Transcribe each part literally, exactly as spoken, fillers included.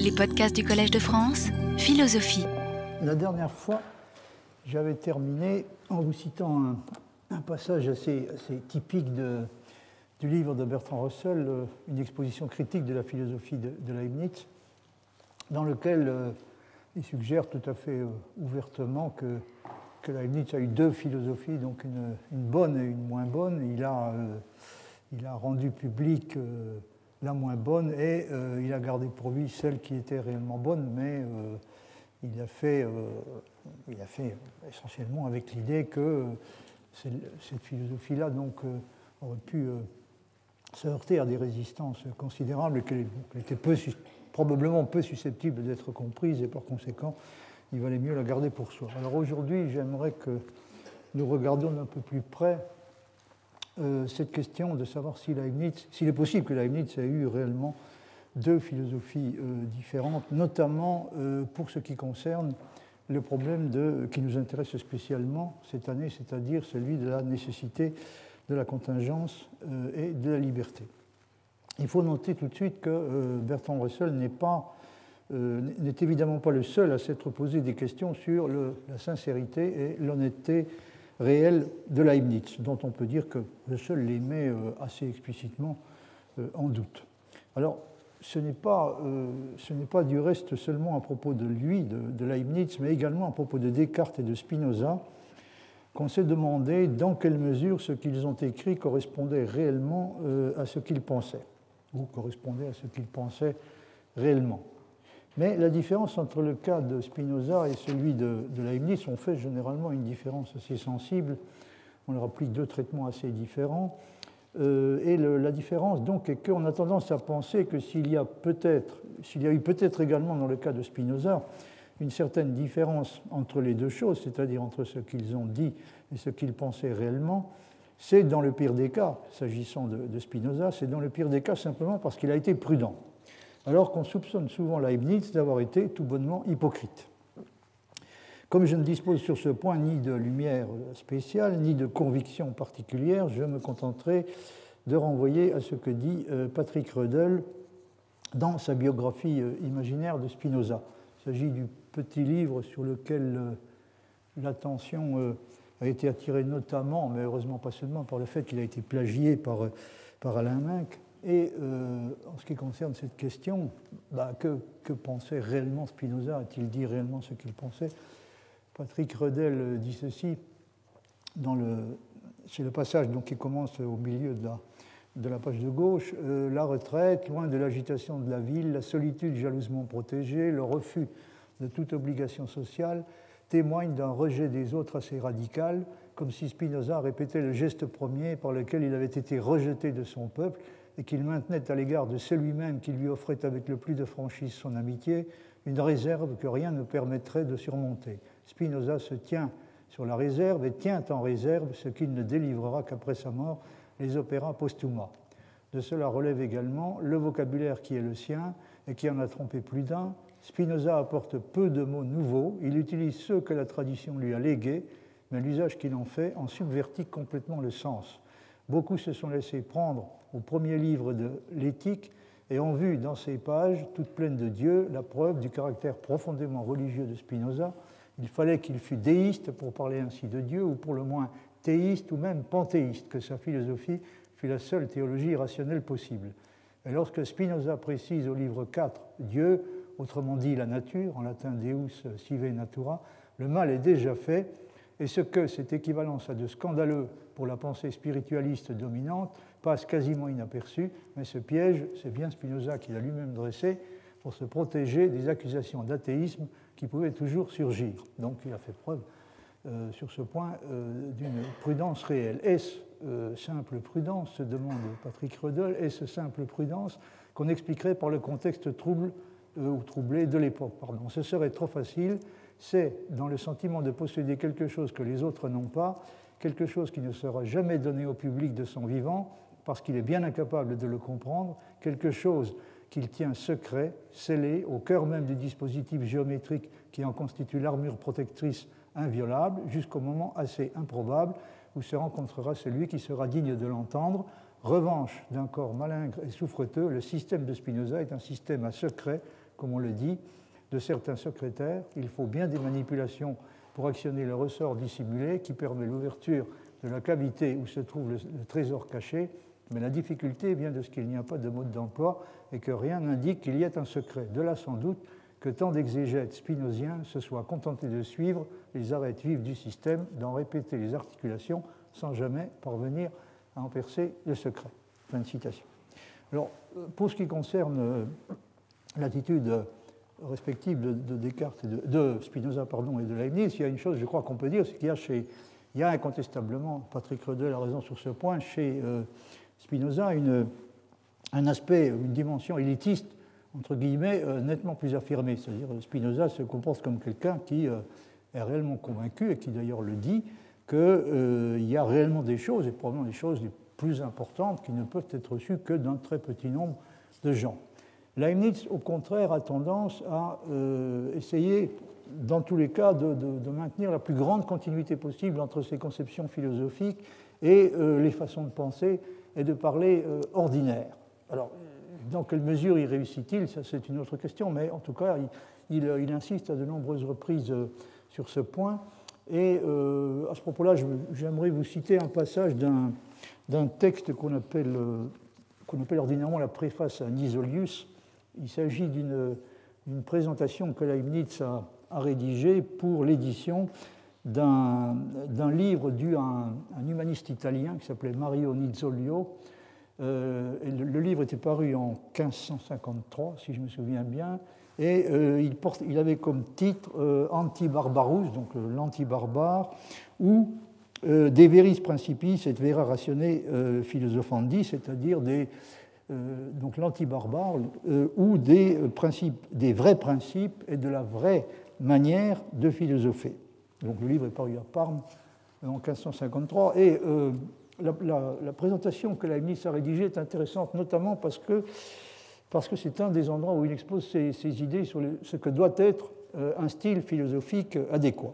les podcasts du Collège de France, Philosophie. La dernière fois, j'avais terminé en vous citant un, un passage assez, assez typique de, du livre de Bertrand Russell, euh, une exposition critique de la philosophie de, de Leibniz, dans lequel euh, il suggère tout à fait euh, ouvertement que, que Leibniz a eu deux philosophies, donc une, une bonne et une moins bonne. Il a, euh, il a rendu public euh, la moins bonne et euh, il a gardé pour lui celle qui était réellement bonne, mais euh, il, a fait, euh, il a fait essentiellement avec l'idée que euh, cette philosophie-là donc, euh, aurait pu euh, se heurter à des résistances considérables et qu'elle était peu, probablement peu susceptible d'être comprise et par conséquent, il valait mieux la garder pour soi. Alors aujourd'hui, j'aimerais que nous regardions d'un peu plus près euh, cette question de savoir si Leibniz, s'il est possible que Leibniz ait eu réellement deux philosophies euh, différentes, notamment euh, pour ce qui concerne le problème de, qui nous intéresse spécialement cette année, c'est-à-dire celui de la nécessité de la contingence euh, et de la liberté. Il faut noter tout de suite que euh, Bertrand Russell n'est pas, euh, n'est évidemment pas le seul à s'être posé des questions sur le, la sincérité et l'honnêteté réelle de Leibniz, dont on peut dire que Russell les met euh, assez explicitement euh, en doute. Alors, ce n'est pas, euh, ce n'est pas du reste seulement à propos de lui, de, de Leibniz, mais également à propos de Descartes et de Spinoza, qu'on s'est demandé dans quelle mesure ce qu'ils ont écrit correspondait réellement euh, à ce qu'ils pensaient, ou correspondait à ce qu'ils pensaient réellement. Mais la différence entre le cas de Spinoza et celui de, de Leibniz, on fait généralement une différence assez sensible, on leur applique deux traitements assez différents, euh, et le, la différence donc est qu'on a tendance à penser que s'il y a peut-être, s'il y a eu peut-être également dans le cas de Spinoza, une certaine différence entre les deux choses, c'est-à-dire entre ce qu'ils ont dit et ce qu'ils pensaient réellement, c'est dans le pire des cas, s'agissant de, de Spinoza, c'est dans le pire des cas simplement parce qu'il a été prudent, alors qu'on soupçonne souvent Leibniz d'avoir été tout bonnement hypocrite. Comme je ne dispose sur ce point ni de lumière spéciale, ni de conviction particulière, je me contenterai de renvoyer à ce que dit Patrick Rödl dans sa biographie imaginaire de Spinoza. Il s'agit du petit livre sur lequel l'attention a été attirée notamment, mais heureusement pas seulement, par le fait qu'il a été plagié par, par Alain Minck. Et euh, en ce qui concerne cette question, bah, que, que pensait réellement Spinoza? A-t-il dit réellement ce qu'il pensait? Patrick Rödl dit ceci, dans le, c'est le passage donc, qui commence au milieu de la, de la page de gauche, euh, la retraite, loin de l'agitation de la ville, la solitude jalousement protégée, le refus de toute obligation sociale, témoignent d'un rejet des autres assez radical, comme si Spinoza répétait le geste premier par lequel il avait été rejeté de son peuple et qu'il maintenait à l'égard de celui-même qui lui offrait avec le plus de franchise son amitié, une réserve que rien ne permettrait de surmonter. Spinoza se tient sur la réserve et tient en réserve ce qu'il ne délivrera qu'après sa mort, les opéra postuma. De cela relève également le vocabulaire qui est le sien et qui en a trompé plus d'un. Spinoza apporte peu de mots nouveaux, il utilise ceux que la tradition lui a légués, mais l'usage qu'il en fait en subvertit complètement le sens. Beaucoup se sont laissés prendre au premier livre de l'Éthique et ont vu dans ces pages, toutes pleines de Dieu, la preuve du caractère profondément religieux de Spinoza. Il fallait qu'il fût déiste pour parler ainsi de Dieu, ou pour le moins théiste ou même panthéiste, que sa philosophie fut la seule théologie rationnelle possible. Et lorsque Spinoza précise au livre quatre Dieu, autrement dit la nature, en latin Deus sive natura, le mal est déjà fait, et ce que cette équivalence a de scandaleux pour la pensée spiritualiste dominante passe quasiment inaperçu, mais ce piège, c'est bien Spinoza qui l'a lui-même dressé pour se protéger des accusations d'athéisme qui pouvaient toujours surgir. Donc il a fait preuve euh, sur ce point euh, d'une prudence réelle. Est-ce euh, simple prudence, se demande Patrick Rödl, est-ce simple prudence qu'on expliquerait par le contexte trouble euh, ou troublé de l'époque, pardon. Ce serait trop facile, c'est dans le sentiment de posséder quelque chose que les autres n'ont pas, quelque chose qui ne sera jamais donné au public de son vivant, parce qu'il est bien incapable de le comprendre, quelque chose qu'il tient secret, scellé, au cœur même du dispositif géométrique qui en constitue l'armure protectrice inviolable, jusqu'au moment assez improbable où se rencontrera celui qui sera digne de l'entendre. Revanche d'un corps malingre et souffreteux, le système de Spinoza est un système à secret comme on le dit, de certains secrétaires. Il faut bien des manipulations pour actionner le ressort dissimulé qui permet l'ouverture de la cavité où se trouve le, le trésor caché, mais la difficulté vient de ce qu'il n'y a pas de mode d'emploi et que rien n'indique qu'il y ait un secret. De là, sans doute, que tant d'exégètes spinoziens se soient contentés de suivre les arêtes vives du système, d'en répéter les articulations sans jamais parvenir à en percer le secret. Fin de citation. Alors, pour ce qui concerne l'attitude respective de, de Descartes, et de, de Spinoza pardon, et de Leibniz, il y a une chose, je crois qu'on peut dire, c'est qu'il y a, chez, il y a incontestablement, Patrick Redel a raison sur ce point, chez euh, Spinoza, une, un aspect, une dimension élitiste, entre guillemets, euh, nettement plus affirmée. C'est-à-dire Spinoza se comporte comme quelqu'un qui euh, est réellement convaincu, et qui d'ailleurs le dit, qu'il euh, y a réellement des choses, et probablement des choses les plus importantes, qui ne peuvent être reçues que d'un très petit nombre de gens. Leibniz, au contraire, a tendance à euh, essayer, dans tous les cas, de, de, de maintenir la plus grande continuité possible entre ses conceptions philosophiques et euh, les façons de penser et de parler euh, ordinaires. Alors, dans quelle mesure y réussit-il? Ça, c'est une autre question, mais en tout cas, il, il, il insiste à de nombreuses reprises euh, sur ce point. Et euh, à ce propos-là, j'aimerais vous citer un passage d'un, d'un texte qu'on appelle, euh, qu'on appelle ordinairement la préface à Nisolius. Il s'agit d'une, d'une présentation que Leibniz a, a rédigée pour l'édition d'un, d'un livre dû à un, un humaniste italien qui s'appelait Mario Nizzolio. Euh, et le, le livre était paru en quinze cent cinquante-trois, si je me souviens bien, et euh, il, porte, il avait comme titre euh, Anti-Barbarus, donc euh, l'anti-barbare, ou euh, De veris principis et vera ratione euh, philosophandi, c'est-à-dire des, euh, donc l'anti-barbare, euh, ou des, principes, des vrais principes et de la vraie manière de philosopher. Donc le livre est paru à Parme en quinze cent cinquante-trois, et euh, la, la, la présentation que Leibniz a rédigée est intéressante, notamment parce que parce que c'est un des endroits où il expose ses, ses idées sur le, ce que doit être euh, un style philosophique adéquat.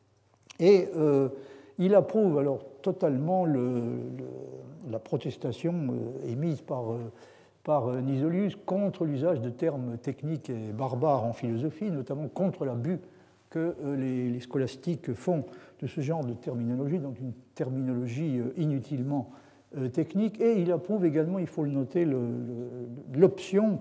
Et euh, il approuve alors totalement le, le, la protestation euh, émise par, euh, par Nisolius contre l'usage de termes techniques et barbares en philosophie, notamment contre l'abus que euh, les, les scolastiques font de ce genre de terminologie, donc une terminologie euh, inutilement technique, et il approuve également, il faut le noter, le, le, l'option,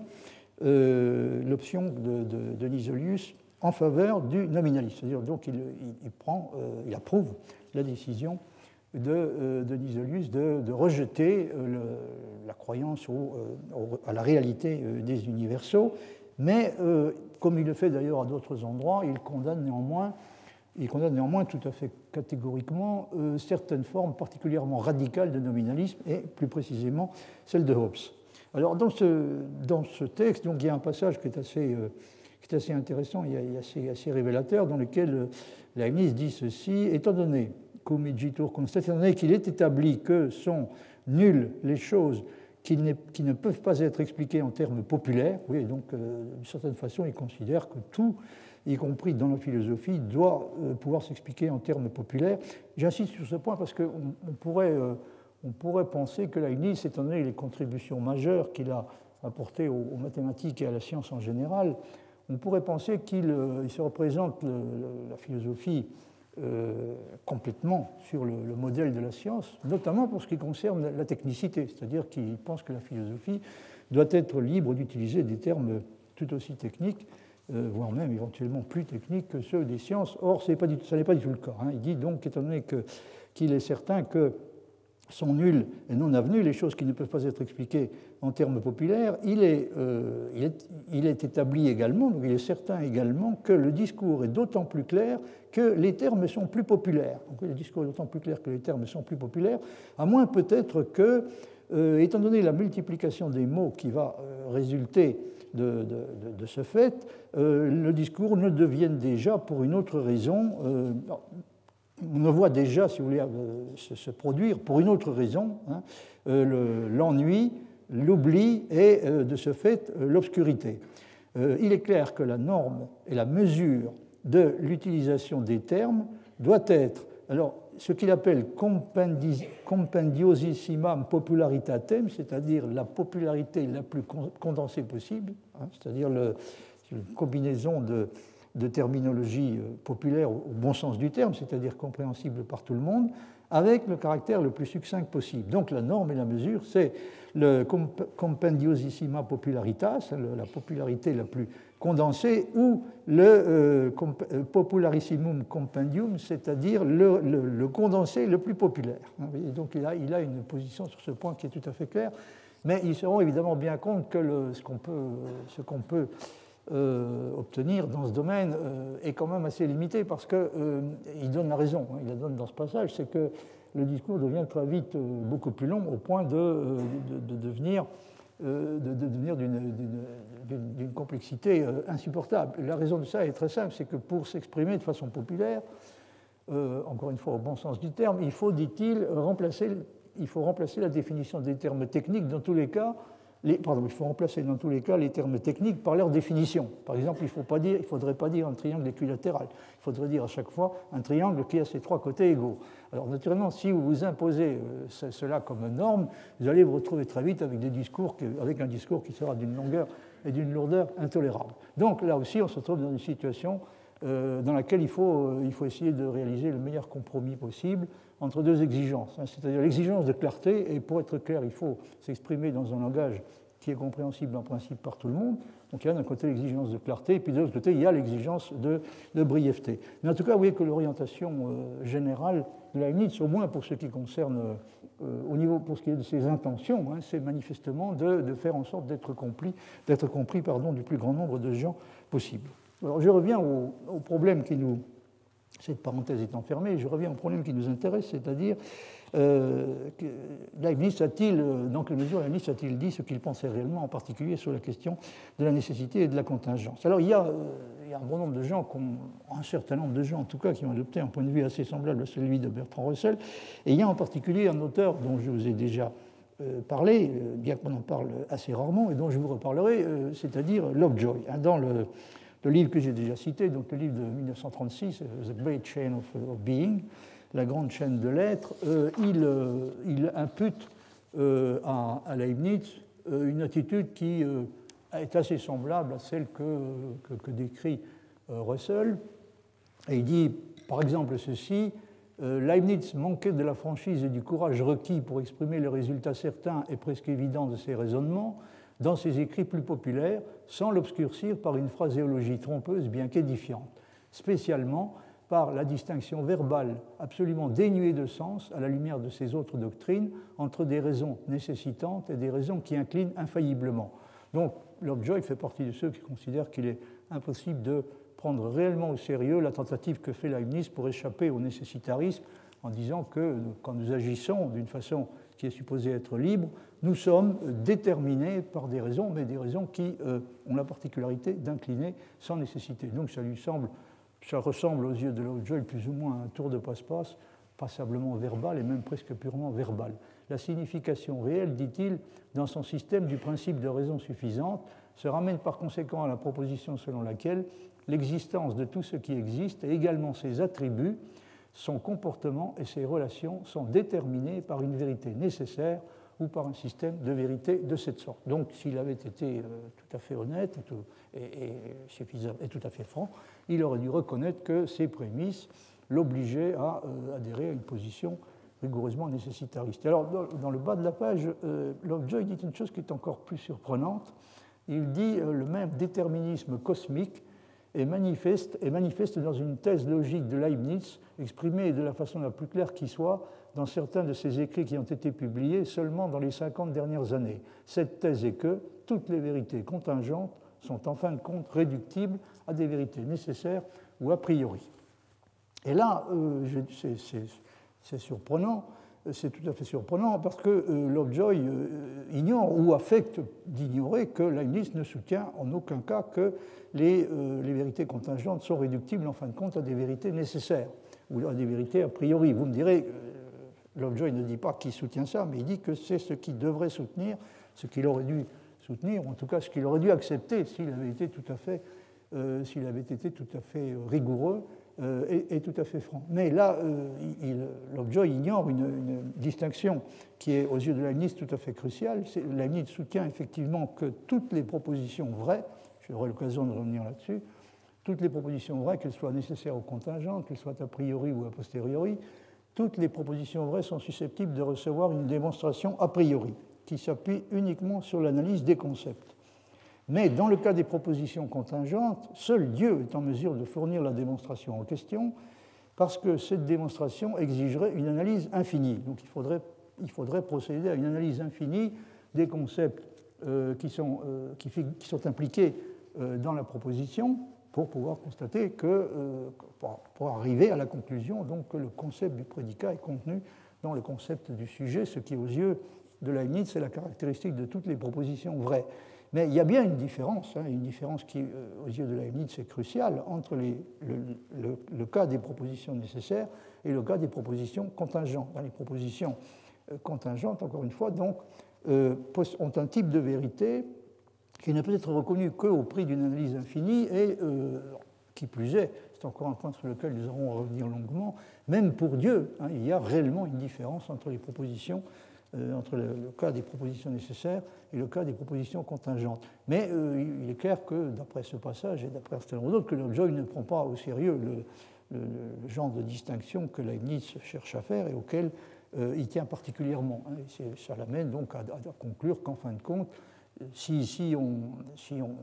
euh, l'option de, de, de Nisolius en faveur du nominalisme. C'est-à-dire, donc, il, il, il, prend, euh, il approuve la décision de, euh, de Nisolius de, de rejeter euh, le, la croyance au, au, à la réalité des universaux, mais, euh, comme il le fait d'ailleurs à d'autres endroits, il condamne néanmoins Il condamne néanmoins tout à fait catégoriquement euh, certaines formes particulièrement radicales de nominalisme, et plus précisément celle de Hobbes. Alors dans ce, dans ce texte, donc, il y a un passage qui est assez, euh, qui est assez intéressant et assez, assez révélateur, dans lequel euh, Leibniz dit ceci: étant donné, cum igitur constat, étant donné qu'il est établi que sont nulles les choses qui, qui ne peuvent pas être expliquées en termes populaires, oui, et donc euh, d'une certaine façon, il considère que tout, y compris dans la philosophie, doit pouvoir s'expliquer en termes populaires. J'insiste sur ce point parce qu'on on pourrait, on pourrait penser que Leibniz, étant donné les contributions majeures qu'il a apportées aux, aux mathématiques et à la science en général, on pourrait penser qu'il il se représente le, la philosophie euh, complètement sur le, le modèle de la science, notamment pour ce qui concerne la technicité, c'est-à-dire qu'il pense que la philosophie doit être libre d'utiliser des termes tout aussi techniques, Euh, voire même éventuellement plus techniques que ceux des sciences. Or, c'est pas du, ça n'est pas du tout le cas. Hein. Il dit donc, étant donné que, qu'il est certain que sont nulles et non avenues les choses qui ne peuvent pas être expliquées en termes populaires, il est, euh, il est, il est établi également, donc il est certain également que le discours est d'autant plus clair que les termes sont plus populaires. Donc le discours est d'autant plus clair que les termes sont plus populaires, à moins peut-être que, euh, étant donné la multiplication des mots qui va euh, résulter De, de, de ce fait, euh, le discours ne devienne déjà, pour une autre raison, euh, on le voit déjà, si vous voulez, euh, se, se produire pour une autre raison, hein, euh, le, l'ennui, l'oubli et, euh, de ce fait, euh, l'obscurité. Euh, il est clair que la norme et la mesure de l'utilisation des termes doit être, alors, ce qu'il appelle compendiosissimam popularitatem, c'est-à-dire la popularité la plus condensée possible, hein, c'est-à-dire le, une combinaison de, de terminologie populaire au bon sens du terme, c'est-à-dire compréhensible par tout le monde, avec le caractère le plus succinct possible. Donc la norme et la mesure, c'est le compendiosissima popularitas, la popularité la plus condensée, ou le euh, popularissimum compendium, c'est-à-dire le, le, le condensé le plus populaire. Et donc il a, il a une position sur ce point qui est tout à fait claire, mais ils se rendent évidemment bien compte que le, ce qu'on peut, ce qu'on peut euh, obtenir dans ce domaine euh, est quand même assez limité, parce qu'il euh, donne la raison, hein, il la donne dans ce passage, c'est que le discours devient très vite beaucoup plus long au point de, de, de devenir, de, de devenir d'une, d'une, d'une complexité insupportable. La raison de ça est très simple, c'est que pour s'exprimer de façon populaire, euh, encore une fois au bon sens du terme, il faut, dit-il, remplacer, il faut remplacer la définition des termes techniques dans tous les cas. Les, pardon, il faut remplacer dans tous les cas les termes techniques par leur définition. Par exemple, il ne faudrait pas dire un triangle équilatéral. Il faudrait dire à chaque fois un triangle qui a ses trois côtés égaux. Alors naturellement, si vous vous imposez euh, cela comme norme, vous allez vous retrouver très vite avec, des discours qui, avec un discours qui sera d'une longueur et d'une lourdeur intolérable. Donc là aussi, on se trouve dans une situation euh, dans laquelle il faut, euh, il faut essayer de réaliser le meilleur compromis possible entre deux exigences, hein, c'est-à-dire l'exigence de clarté, et pour être clair, il faut s'exprimer dans un langage qui est compréhensible en principe par tout le monde. Donc il y a d'un côté l'exigence de clarté, et puis de l'autre côté, il y a l'exigence de, de brièveté. Mais en tout cas, vous voyez que l'orientation euh, générale de Leibniz, au moins pour ce qui concerne, euh, au niveau, pour ce qui est de ses intentions, hein, c'est manifestement de, de faire en sorte d'être compris, d'être compris pardon, du plus grand nombre de gens possible. Alors je reviens au, au problème qui nous... Cette parenthèse étant fermée, je reviens au problème qui nous intéresse, c'est-à-dire euh, que Leibniz a-t-il, dans quelle mesure Leibniz a-t-il dit ce qu'il pensait réellement, en particulier sur la question de la nécessité et de la contingence. Alors il y a, euh, il y a un bon nombre de gens, un certain nombre de gens en tout cas, qui ont adopté un point de vue assez semblable à celui de Bertrand Russell, et il y a en particulier un auteur dont je vous ai déjà euh, parlé, euh, bien qu'on en parle assez rarement, et dont je vous reparlerai, euh, c'est-à-dire Lovejoy, hein, dans le... Le livre que j'ai déjà cité, donc le livre de mille neuf cent trente-six, The Great Chain of, of Being, la grande chaîne de l'être, euh, il, euh, il impute euh, à, à Leibniz euh, une attitude qui euh, est assez semblable à celle que, que, que décrit euh, Russell. Et il dit, par exemple, ceci, euh, Leibniz manquait de la franchise et du courage requis pour exprimer le résultat certain et presque évident de ses raisonnements dans ses écrits plus populaires, sans l'obscurcir par une phraséologie trompeuse bien qu'édifiante, spécialement par la distinction verbale absolument dénuée de sens, à la lumière de ses autres doctrines, entre des raisons nécessitantes et des raisons qui inclinent infailliblement. Donc, Lovejoy fait partie de ceux qui considèrent qu'il est impossible de prendre réellement au sérieux la tentative que fait Leibniz pour échapper au nécessitarisme, en disant que quand nous agissons d'une façon qui est supposée être libre, nous sommes déterminés par des raisons, mais des raisons qui euh, ont la particularité d'incliner sans nécessité. Donc ça lui semble, ça ressemble aux yeux de Lovejoy plus ou moins à un tour de passe-passe, passablement verbal et même presque purement verbal. La signification réelle, dit-il, dans son système du principe de raison suffisante, se ramène par conséquent à la proposition selon laquelle l'existence de tout ce qui existe et également ses attributs, son comportement et ses relations sont déterminés par une vérité nécessaire ou par un système de vérité de cette sorte. Donc, s'il avait été euh, tout à fait honnête et tout, et, et, et tout à fait franc, il aurait dû reconnaître que ces prémices l'obligeaient à euh, adhérer à une position rigoureusement nécessitariste. Alors, dans, dans le bas de la page, euh, Lovejoy dit une chose qui est encore plus surprenante. Il dit euh, le même déterminisme cosmique est manifeste, est manifeste dans une thèse logique de Leibniz, exprimée de la façon la plus claire qui soit dans certains de ses écrits qui ont été publiés seulement dans les cinquante dernières années. Cette thèse est que toutes les vérités contingentes sont en fin de compte réductibles à des vérités nécessaires ou a priori. Et là, euh, je, c'est, c'est, c'est surprenant, c'est tout à fait surprenant parce que euh, Lovejoy euh, ignore ou affecte d'ignorer que Leibniz ne soutient en aucun cas que les, euh, les vérités contingentes sont réductibles en fin de compte à des vérités nécessaires ou à des vérités a priori. Vous me direz, euh, Lovejoy ne dit pas qu'il soutient ça, mais il dit que c'est ce qu'il devrait soutenir, ce qu'il aurait dû soutenir, ou en tout cas ce qu'il aurait dû accepter s'il avait été tout à fait, euh, s'il avait été tout à fait rigoureux euh, et, et tout à fait franc. Mais là, euh, il, Lovejoy ignore une, une distinction qui est aux yeux de Leibniz tout à fait cruciale. Leibniz soutient effectivement que toutes les propositions vraies, j'aurai l'occasion de revenir là-dessus, toutes les propositions vraies, qu'elles soient nécessaires ou contingentes, qu'elles soient a priori ou a posteriori, toutes les propositions vraies sont susceptibles de recevoir une démonstration a priori, qui s'appuie uniquement sur l'analyse des concepts. Mais dans le cas des propositions contingentes, seul Dieu est en mesure de fournir la démonstration en question, parce que cette démonstration exigerait une analyse infinie. Donc il faudrait, il faudrait procéder à une analyse infinie des concepts euh, qui, sont, euh, qui, qui sont impliqués euh, dans la proposition, pour pouvoir constater que, euh, pour arriver à la conclusion donc, que le concept du prédicat est contenu dans le concept du sujet, ce qui, aux yeux de Leibniz, c'est la caractéristique de toutes les propositions vraies. Mais il y a bien une différence, hein, une différence qui, euh, aux yeux de Leibniz, est cruciale entre les, le, le, le cas des propositions nécessaires et le cas des propositions contingentes. Dans les propositions euh, contingentes, encore une fois, donc, euh, ont un type de vérité qui ne peut être reconnu qu'au prix d'une analyse infinie et, euh, qui plus est, c'est encore un point sur lequel nous aurons à revenir longuement, même pour Dieu, hein, il y a réellement une différence entre les propositions, euh, entre le, le cas des propositions nécessaires et le cas des propositions contingentes. Mais euh, il est clair que, d'après ce passage et d'après un certain nombre d'autres, que Lovejoy ne prend pas au sérieux le, le, le genre de distinction que Leibniz cherche à faire et auquel euh, il tient particulièrement. Hein, et ça l'amène donc à, à conclure qu'en fin de compte, Si, si, on, si on,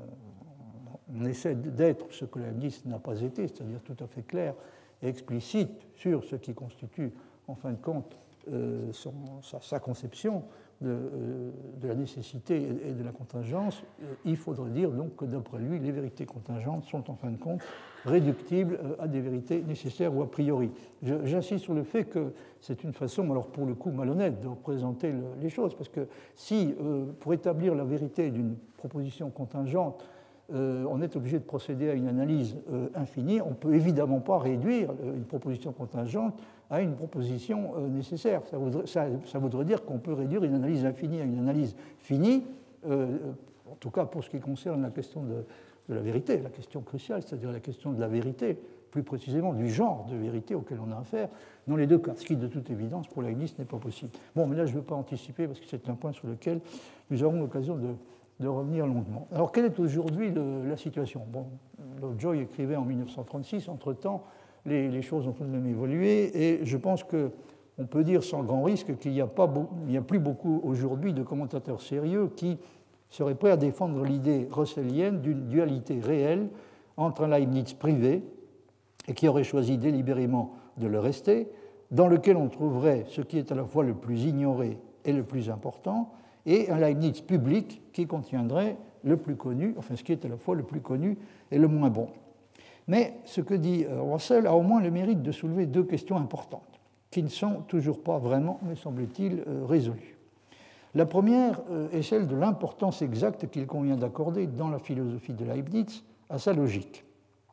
on essaie d'être ce que Leibniz n'a pas été, c'est-à-dire tout à fait clair et explicite sur ce qui constitue, en fin de compte, euh, son, sa, sa conception de, euh, de la nécessité et de la contingence, euh, il faudrait dire donc que d'après lui, les vérités contingentes sont en fin de compte réductibles à des vérités nécessaires ou a priori. Je, j'insiste sur le fait que c'est une façon, alors pour le coup malhonnête, de représenter le, les choses, parce que si, euh, pour établir la vérité d'une proposition contingente, euh, on est obligé de procéder à une analyse euh, infinie, on ne peut évidemment pas réduire une proposition contingente à une proposition euh, nécessaire. Ça voudrait, ça, ça voudrait dire qu'on peut réduire une analyse infinie à une analyse finie, euh, en tout cas pour ce qui concerne la question de, de la vérité, la question cruciale, c'est-à-dire la question de la vérité, plus précisément du genre de vérité auquel on a affaire, dans les deux cas, ce qui de toute évidence pour Leibniz n'est pas possible. Bon, mais là je ne veux pas anticiper parce que c'est un point sur lequel nous aurons l'occasion de, de revenir longuement. Alors quelle est aujourd'hui le, la situation? Bon, Lovejoy écrivait en mille neuf cent trente-six, entre-temps, les, les choses ont tout de même évolué et je pense qu'on peut dire sans grand risque qu'il n'y a, pas beau, il n'y a plus beaucoup aujourd'hui de commentateurs sérieux qui seraient prêts à défendre l'idée russellienne d'une dualité réelle entre un Leibniz privé et qui aurait choisi délibérément de le rester, dans lequel on trouverait ce qui est à la fois le plus ignoré et le plus important, et un Leibniz public qui contiendrait le plus connu, enfin ce qui est à la fois le plus connu et le moins bon. Mais ce que dit Russell a au moins le mérite de soulever deux questions importantes, qui ne sont toujours pas vraiment, me semble-t-il, résolues. La première est celle de l'importance exacte qu'il convient d'accorder dans la philosophie de Leibniz à sa logique.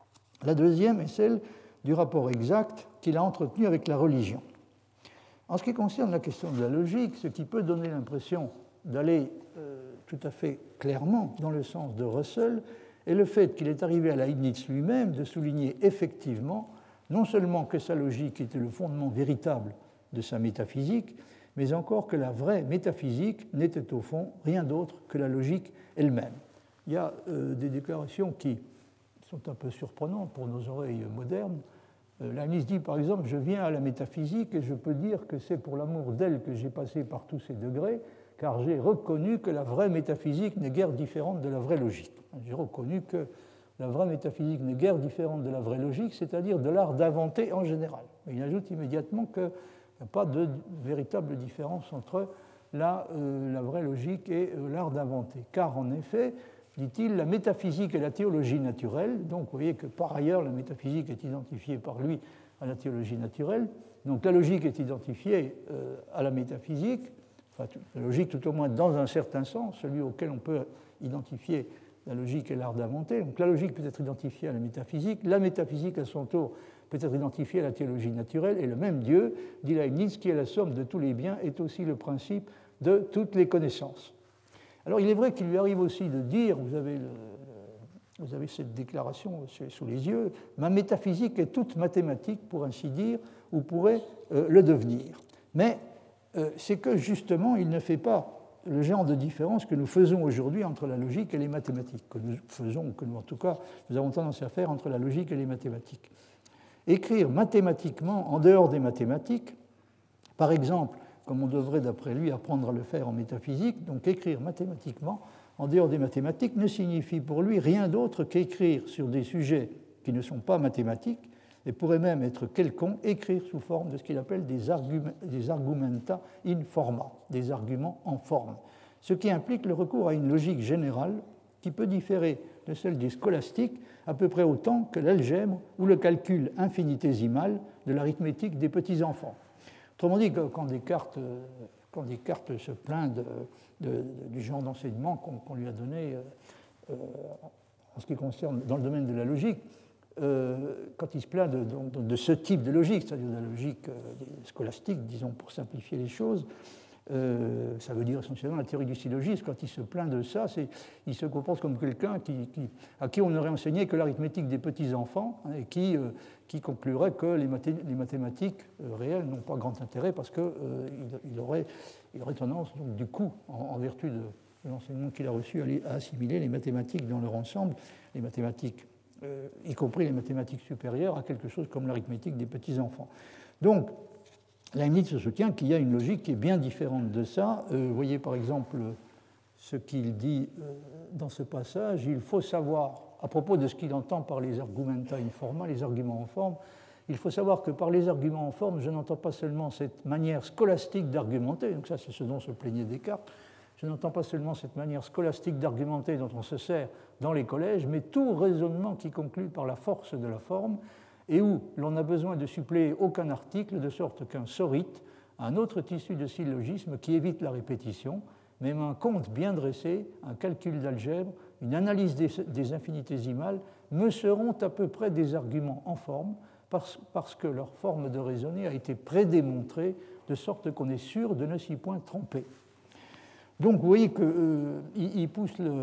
La deuxième est celle du rapport exact qu'il a entretenu avec la religion. En ce qui concerne la question de la logique, ce qui peut donner l'impression d'aller euh, tout à fait clairement dans le sens de Russell est le fait qu'il est arrivé à Leibniz lui-même de souligner effectivement non seulement que sa logique était le fondement véritable de sa métaphysique, mais encore que la vraie métaphysique n'était au fond rien d'autre que la logique elle-même. Il y a euh, des déclarations qui sont un peu surprenantes pour nos oreilles modernes. Euh, Leibniz dit par exemple « Je viens à la métaphysique et je peux dire que c'est pour l'amour d'elle que j'ai passé par tous ces degrés, car j'ai reconnu que la vraie métaphysique n'est guère différente de la vraie logique. » J'ai reconnu que la vraie métaphysique n'est guère différente de la vraie logique, c'est-à-dire de l'art d'inventer en général. Mais il ajoute immédiatement qu'il n'y a pas de véritable différence entre la, euh, la vraie logique et euh, l'art d'inventer. Car en effet, dit-il, la métaphysique est la théologie naturelle. Donc vous voyez que par ailleurs, la métaphysique est identifiée par lui à la théologie naturelle. Donc la logique est identifiée euh, à la métaphysique, enfin la logique tout au moins dans un certain sens, celui auquel on peut identifier la logique et l'art d'inventer. Donc la logique peut être identifiée à la métaphysique, la métaphysique à son tour peut être identifiée à la théologie naturelle, et le même Dieu, dit Leibniz, qui est la somme de tous les biens, est aussi le principe de toutes les connaissances. Alors il est vrai qu'il lui arrive aussi de dire, vous avez, le, vous avez cette déclaration sous les yeux, ma métaphysique est toute mathématique, pour ainsi dire, ou pourrait euh, le devenir. Mais euh, c'est que justement, il ne fait pas le genre de différence que nous faisons aujourd'hui entre la logique et les mathématiques, que nous faisons, que nous, en tout cas, nous avons tendance à faire entre la logique et les mathématiques. Écrire mathématiquement en dehors des mathématiques, par exemple, comme on devrait d'après lui apprendre à le faire en métaphysique, donc écrire mathématiquement en dehors des mathématiques ne signifie pour lui rien d'autre qu'écrire sur des sujets qui ne sont pas mathématiques et pourrait même être quelconque, écrire sous forme de ce qu'il appelle des, argum des argumenta in forma, des arguments en forme, ce qui implique le recours à une logique générale qui peut différer de celle des scolastiques à peu près autant que l'algèbre ou le calcul infinitésimal de l'arithmétique des petits-enfants. Autrement dit, quand Descartes, quand Descartes se plaint de, de, de, du genre d'enseignement qu'on qu'on lui a donné euh, en ce qui concerne dans le domaine de la logique, euh, quand il se plaint de, de, de ce type de logique, c'est-à-dire de la logique scolastique, disons pour simplifier les choses, Euh, ça veut dire essentiellement la théorie du syllogisme. Quand il se plaint de ça, il se comporte comme quelqu'un qui, qui, à qui on n'aurait enseigné que l'arithmétique des petits-enfants, hein, et qui, euh, qui conclurait que les, mathé les mathématiques euh, réelles n'ont pas grand intérêt parce qu'il euh, il aurait, il aurait tendance, donc, du coup, en, en vertu de, de l'enseignement qu'il a reçu, à, à assimiler les mathématiques dans leur ensemble, les mathématiques, euh, y compris les mathématiques supérieures, à quelque chose comme l'arithmétique des petits-enfants. Donc, Leibniz se soutient qu'il y a une logique qui est bien différente de ça. Euh, vous voyez par exemple ce qu'il dit euh, dans ce passage. Il faut savoir, à propos de ce qu'il entend par les argumenta in forma, les arguments en forme, il faut savoir que par les arguments en forme, je n'entends pas seulement cette manière scolastique d'argumenter, donc ça c'est ce dont se plaignait Descartes, je n'entends pas seulement cette manière scolastique d'argumenter dont on se sert dans les collèges, mais tout raisonnement qui conclut par la force de la forme, et où l'on n'a besoin de suppléer aucun article, de sorte qu'un sorite, un autre tissu de syllogisme qui évite la répétition, même un compte bien dressé, un calcul d'algèbre, une analyse des, des infinitésimales, me seront à peu près des arguments en forme, parce, parce que leur forme de raisonner a été prédémontrée, de sorte qu'on est sûr de ne s'y point tromper. Donc vous voyez qu'il euh, pousse le,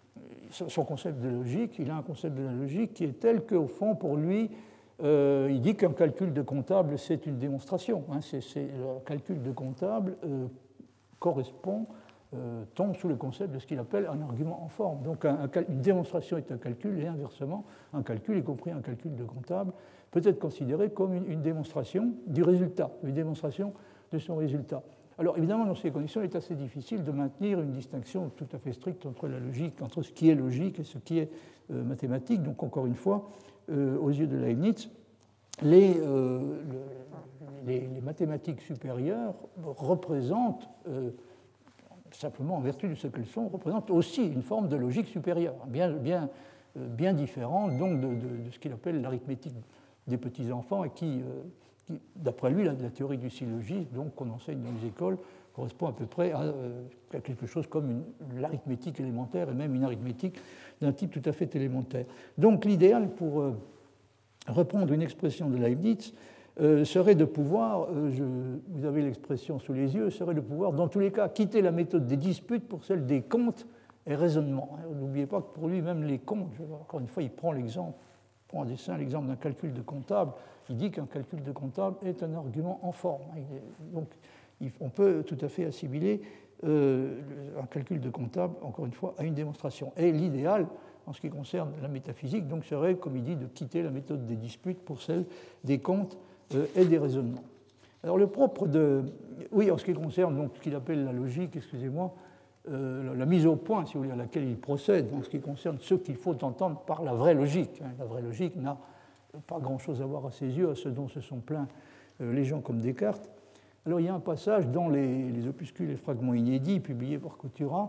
son concept de logique, il a un concept de la logique qui est tel qu'au fond, pour lui, Euh, il dit qu'un calcul de comptable, c'est une démonstration. Hein, c'est, c'est, le calcul de comptable euh, correspond, euh, tombe sous le concept de ce qu'il appelle un argument en forme. Donc un, un, une démonstration est un calcul et inversement, un calcul, y compris un calcul de comptable, peut être considéré comme une, une démonstration du résultat, une démonstration de son résultat. Alors évidemment, dans ces conditions, il est assez difficile de maintenir une distinction tout à fait stricte entre la logique, entre ce qui est logique et ce qui est euh, mathématique. Donc encore une fois, Euh, aux yeux de Leibniz, les, euh, le, les, les mathématiques supérieures représentent, euh, simplement en vertu de ce qu'elles sont, représentent aussi une forme de logique supérieure, bien, bien, euh, bien différente donc de, de, de ce qu'il appelle l'arithmétique des petits-enfants et qui, euh, qui d'après lui, la, la théorie du syllogisme, donc qu'on enseigne dans les écoles, correspond à peu près à, euh, à quelque chose comme une, l'arithmétique élémentaire et même une arithmétique d'un type tout à fait élémentaire. Donc l'idéal, pour euh, reprendre une expression de Leibniz, euh, serait de pouvoir, euh, je, vous avez l'expression sous les yeux, serait de pouvoir, dans tous les cas, quitter la méthode des disputes pour celle des comptes et raisonnements. N'oubliez pas que pour lui, même les comptes, encore une fois, il prend l'exemple, il prend en dessin l'exemple d'un calcul de comptable, il dit qu'un calcul de comptable est un argument en forme. Donc, on peut tout à fait assimiler euh, un calcul de comptable, encore une fois, à une démonstration. Et l'idéal, en ce qui concerne la métaphysique, donc, serait, comme il dit, de quitter la méthode des disputes pour celle des comptes euh, et des raisonnements. Alors, le propre de... Oui, en ce qui concerne donc, ce qu'il appelle la logique, excusez-moi, euh, la mise au point, si vous voulez, à laquelle il procède, en ce qui concerne ce qu'il faut entendre par la vraie logique. Hein. La vraie logique n'a pas grand-chose à voir à ses yeux, à ce dont se sont plaints euh, les gens comme Descartes. Alors, il y a un passage dans les, les opuscules et fragments inédits publiés par Couturat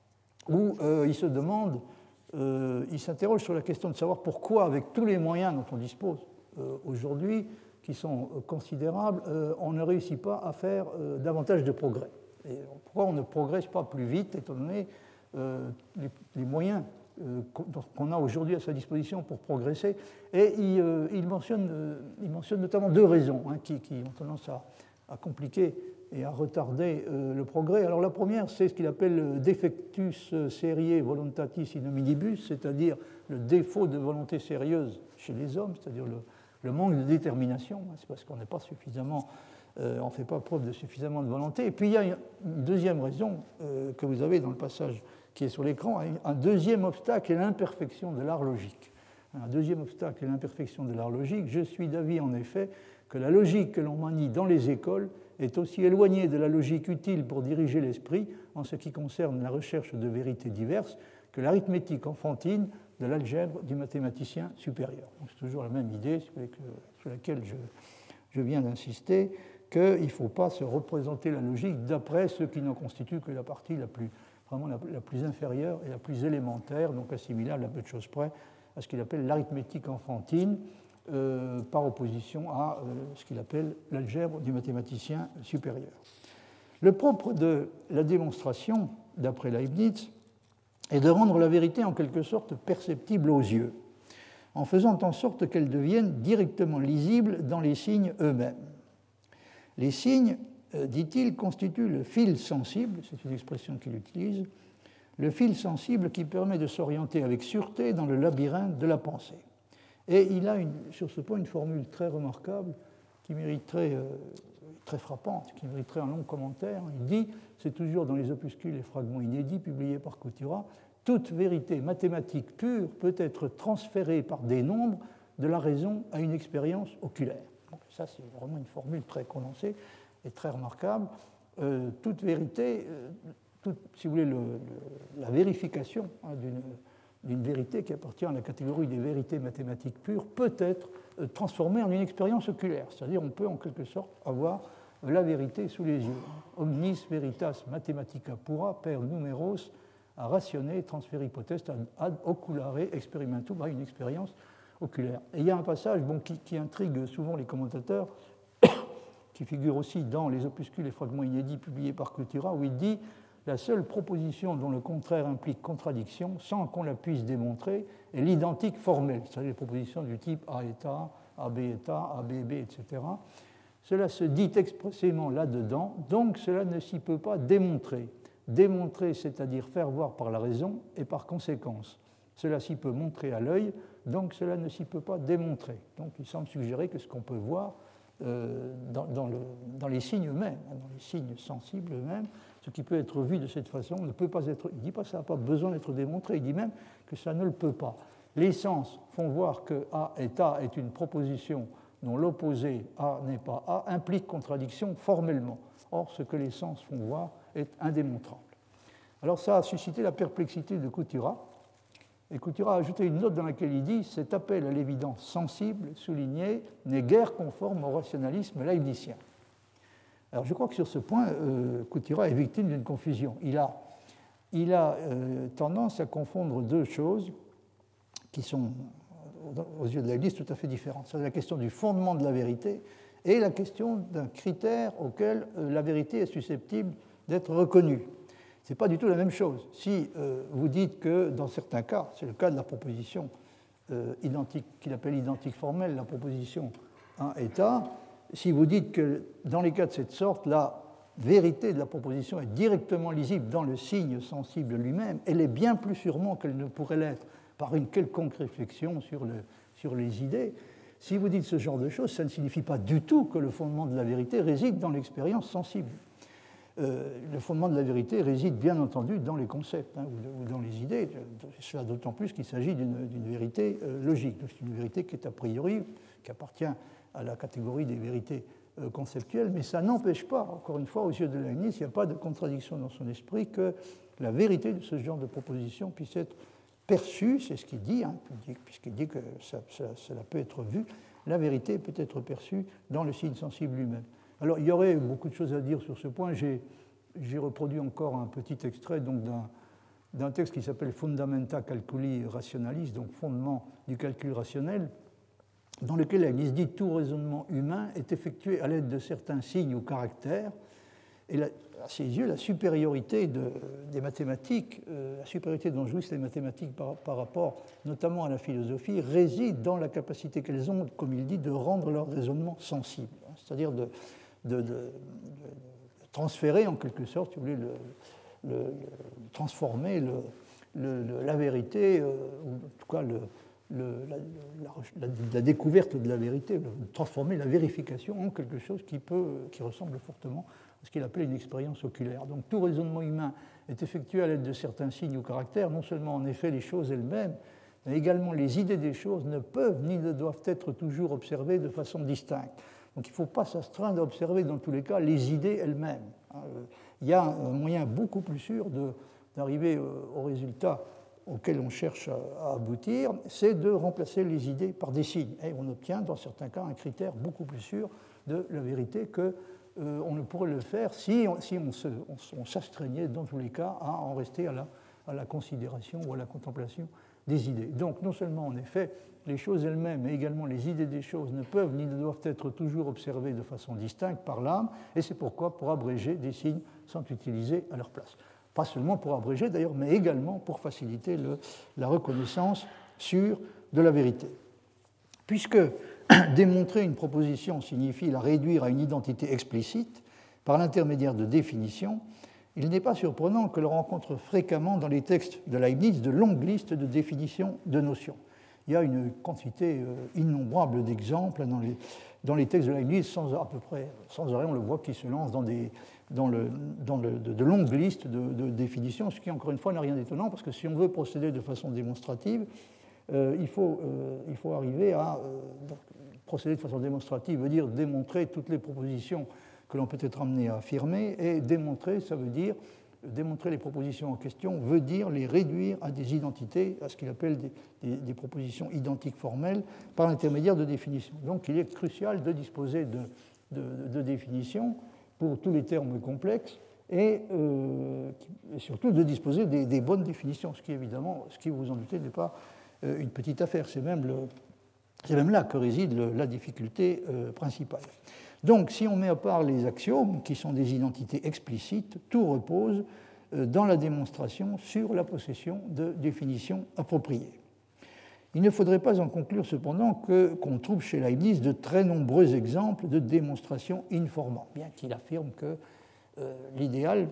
où euh, il se demande, euh, il s'interroge sur la question de savoir pourquoi, avec tous les moyens dont on dispose euh, aujourd'hui, qui sont euh, considérables, euh, on ne réussit pas à faire euh, davantage de progrès. Et pourquoi on ne progresse pas plus vite, étant donné euh, les, les moyens euh, qu'on a aujourd'hui à sa disposition pour progresser. Et il, euh, il, mentionne, euh, il mentionne notamment deux raisons hein, qui, qui ont tendance à à compliquer et à retarder euh, le progrès. Alors la première, c'est ce qu'il appelle le defectus seriae voluntatis in hominibus, c'est-à-dire le défaut de volonté sérieuse chez les hommes, c'est-à-dire le, le manque de détermination. C'est parce qu'on n'est pas suffisamment euh, on ne fait pas preuve de suffisamment de volonté. Et puis il y a une deuxième raison euh, que vous avez dans le passage qui est sur l'écran, un deuxième obstacle est l'imperfection de l'art logique. Un deuxième obstacle est l'imperfection de l'art logique. Je suis d'avis en effet que la logique que l'on manie dans les écoles est aussi éloignée de la logique utile pour diriger l'esprit en ce qui concerne la recherche de vérités diverses que l'arithmétique enfantine de l'algèbre du mathématicien supérieur. C'est toujours la même idée sur laquelle je, je viens d'insister, qu'il ne faut pas se représenter la logique d'après ce qui n'en constitue que la partie la plus, vraiment la, la plus inférieure et la plus élémentaire, donc assimilable à peu de choses près à ce qu'il appelle l'arithmétique enfantine, euh, par opposition à euh, ce qu'il appelle l'algèbre du mathématicien supérieur. Le propre de la démonstration, d'après Leibniz, est de rendre la vérité en quelque sorte perceptible aux yeux, en faisant en sorte qu'elle devienne directement lisible dans les signes eux-mêmes. Les signes, euh, dit-il, constituent le fil sensible, c'est une expression qu'il utilise, le fil sensible qui permet de s'orienter avec sûreté dans le labyrinthe de la pensée. Et il a une, sur ce point une formule très remarquable qui mériterait, euh, très frappante, qui mériterait un long commentaire. Il dit, c'est toujours dans les opuscules et fragments inédits publiés par Couturat, toute vérité mathématique pure peut être transférée par des nombres de la raison à une expérience oculaire. Donc ça, c'est vraiment une formule très condensée et très remarquable. Euh, toute vérité... Euh, Tout, si vous voulez, le, le, la vérification hein, d'une, d'une vérité qui appartient à la catégorie des vérités mathématiques pures peut être euh, transformée en une expérience oculaire. C'est-à-dire on peut en quelque sorte avoir la vérité sous les yeux. Omnis veritas mathematica pura per numeros a ratione transferi potest ad oculare experimentum, bah, une expérience oculaire. Et il y a un passage bon, qui, qui intrigue souvent les commentateurs, qui figure aussi dans les opuscules et fragments inédits publiés par Couturat, où il dit la seule proposition dont le contraire implique contradiction, sans qu'on la puisse démontrer, est l'identique formelle, c'est-à-dire les propositions du type A est A, A B est A, A B B, et cetera. Cela se dit expressément là-dedans, donc cela ne s'y peut pas démontrer. Démontrer, c'est-à-dire faire voir par la raison et par conséquence. Cela s'y peut montrer à l'œil, donc cela ne s'y peut pas démontrer. Donc il semble suggérer que ce qu'on peut voir euh, dans, dans, le, dans les signes eux-mêmes, dans les signes sensibles eux-mêmes, ce qui peut être vu de cette façon ne peut pas être... Il ne dit pas que ça n'a pas besoin d'être démontré, il dit même que ça ne le peut pas. Les sens font voir que A est A est une proposition dont l'opposé A n'est pas A implique contradiction formellement. Or, ce que les sens font voir est indémontrable. Alors ça a suscité la perplexité de Couturat. Et Couturat a ajouté une note dans laquelle il dit « Cet appel à l'évidence sensible, souligné, n'est guère conforme au rationalisme leibnizien ». Alors je crois que sur ce point, euh, Couturat est victime d'une confusion. Il a, il a euh, tendance à confondre deux choses qui sont, aux yeux de Leibniz, tout à fait différentes. C'est la question du fondement de la vérité et la question d'un critère auquel euh, la vérité est susceptible d'être reconnue. Ce n'est pas du tout la même chose. Si euh, vous dites que dans certains cas, c'est le cas de la proposition euh, identique, qu'il appelle identique formelle, la proposition un est A, si vous dites que dans les cas de cette sorte, la vérité de la proposition est directement lisible dans le signe sensible lui-même, elle est bien plus sûrement qu'elle ne pourrait l'être par une quelconque réflexion sur, le, sur les idées. Si vous dites ce genre de choses, ça ne signifie pas du tout que le fondement de la vérité réside dans l'expérience sensible. Euh, le fondement de la vérité réside bien entendu dans les concepts hein, ou, ou dans les idées, cela d'autant plus qu'il s'agit d'une, d'une vérité euh, logique. C'est une vérité qui est a priori, qui appartient à la catégorie des vérités euh, conceptuelles, mais ça n'empêche pas, encore une fois, aux yeux de Leibniz, il n'y a pas de contradiction dans son esprit que la vérité de ce genre de proposition puisse être perçue, c'est ce qu'il dit, hein, puisqu'il dit que ça, ça, cela peut être vu, la vérité peut être perçue dans le signe sensible lui-même. Alors, il y aurait beaucoup de choses à dire sur ce point. J'ai, j'ai reproduit encore un petit extrait donc, d'un, d'un texte qui s'appelle Fundamenta Calculi Rationalis, donc fondement du calcul rationnel, dans lequel Leibniz dit tout raisonnement humain est effectué à l'aide de certains signes ou caractères, et la, à ses yeux, la supériorité de, des mathématiques, euh, la supériorité dont jouissent les mathématiques par, par rapport notamment à la philosophie, réside dans la capacité qu'elles ont, comme il dit, de rendre leur raisonnement sensible, c'est-à-dire de De, de, de transférer en quelque sorte, si vous voulez, le, le, le, transformer le, le, la vérité, euh, ou en tout cas le, le, la, la, la, la découverte de la vérité, de transformer la vérification en quelque chose qui, peut, qui ressemble fortement à ce qu'il appelait une expérience oculaire. Donc tout raisonnement humain est effectué à l'aide de certains signes ou caractères, non seulement en effet les choses elles-mêmes, mais également les idées des choses ne peuvent ni ne doivent être toujours observées de façon distincte. Donc il ne faut pas s'astreindre à observer dans tous les cas les idées elles-mêmes. Il y a un moyen beaucoup plus sûr de, d'arriver au résultat auquel on cherche à aboutir, c'est de remplacer les idées par des signes. Et on obtient dans certains cas un critère beaucoup plus sûr de la vérité que Euh, on ne pourrait le faire si on, si on, se, on, on s'astreignait dans tous les cas à en rester à la, à la considération ou à la contemplation des idées. Donc non seulement en effet les choses elles-mêmes mais également les idées des choses ne peuvent ni ne doivent être toujours observées de façon distincte par l'âme, et c'est pourquoi pour abréger des signes sont utilisés à leur place. Pas seulement pour abréger d'ailleurs, mais également pour faciliter le, la reconnaissance sûre de la vérité. Puisque démontrer une proposition signifie la réduire à une identité explicite par l'intermédiaire de définitions, il n'est pas surprenant que l'on rencontre fréquemment dans les textes de Leibniz de longues listes de définitions de notions. Il y a une quantité innombrable d'exemples dans les, dans les textes de Leibniz, sans, à peu près, sans arrêt, on le voit, qui se lance dans, des, dans, le, dans le, de, de longues listes de, de définitions, ce qui, encore une fois, n'a rien d'étonnant, parce que si on veut procéder de façon démonstrative, euh, il, faut, euh, il faut arriver à... Euh, donc, procéder de façon démonstrative veut dire démontrer toutes les propositions que l'on peut être amené à affirmer, et démontrer, ça veut dire, démontrer les propositions en question, veut dire les réduire à des identités, à ce qu'il appelle des, des, des propositions identiques formelles, par l'intermédiaire de définitions. Donc il est crucial de disposer de, de, de définitions pour tous les termes complexes, et, euh, et surtout de disposer des, des bonnes définitions, ce qui évidemment, ce qui vous en doutez, n'est pas euh, une petite affaire, c'est même le... C'est même là que réside le, la difficulté euh, principale. Donc, si on met à part les axiomes, qui sont des identités explicites, tout repose euh, dans la démonstration sur la possession de définitions appropriées. Il ne faudrait pas en conclure cependant que, qu'on trouve chez Leibniz de très nombreux exemples de démonstrations informant, bien qu'il affirme que euh, l'idéal,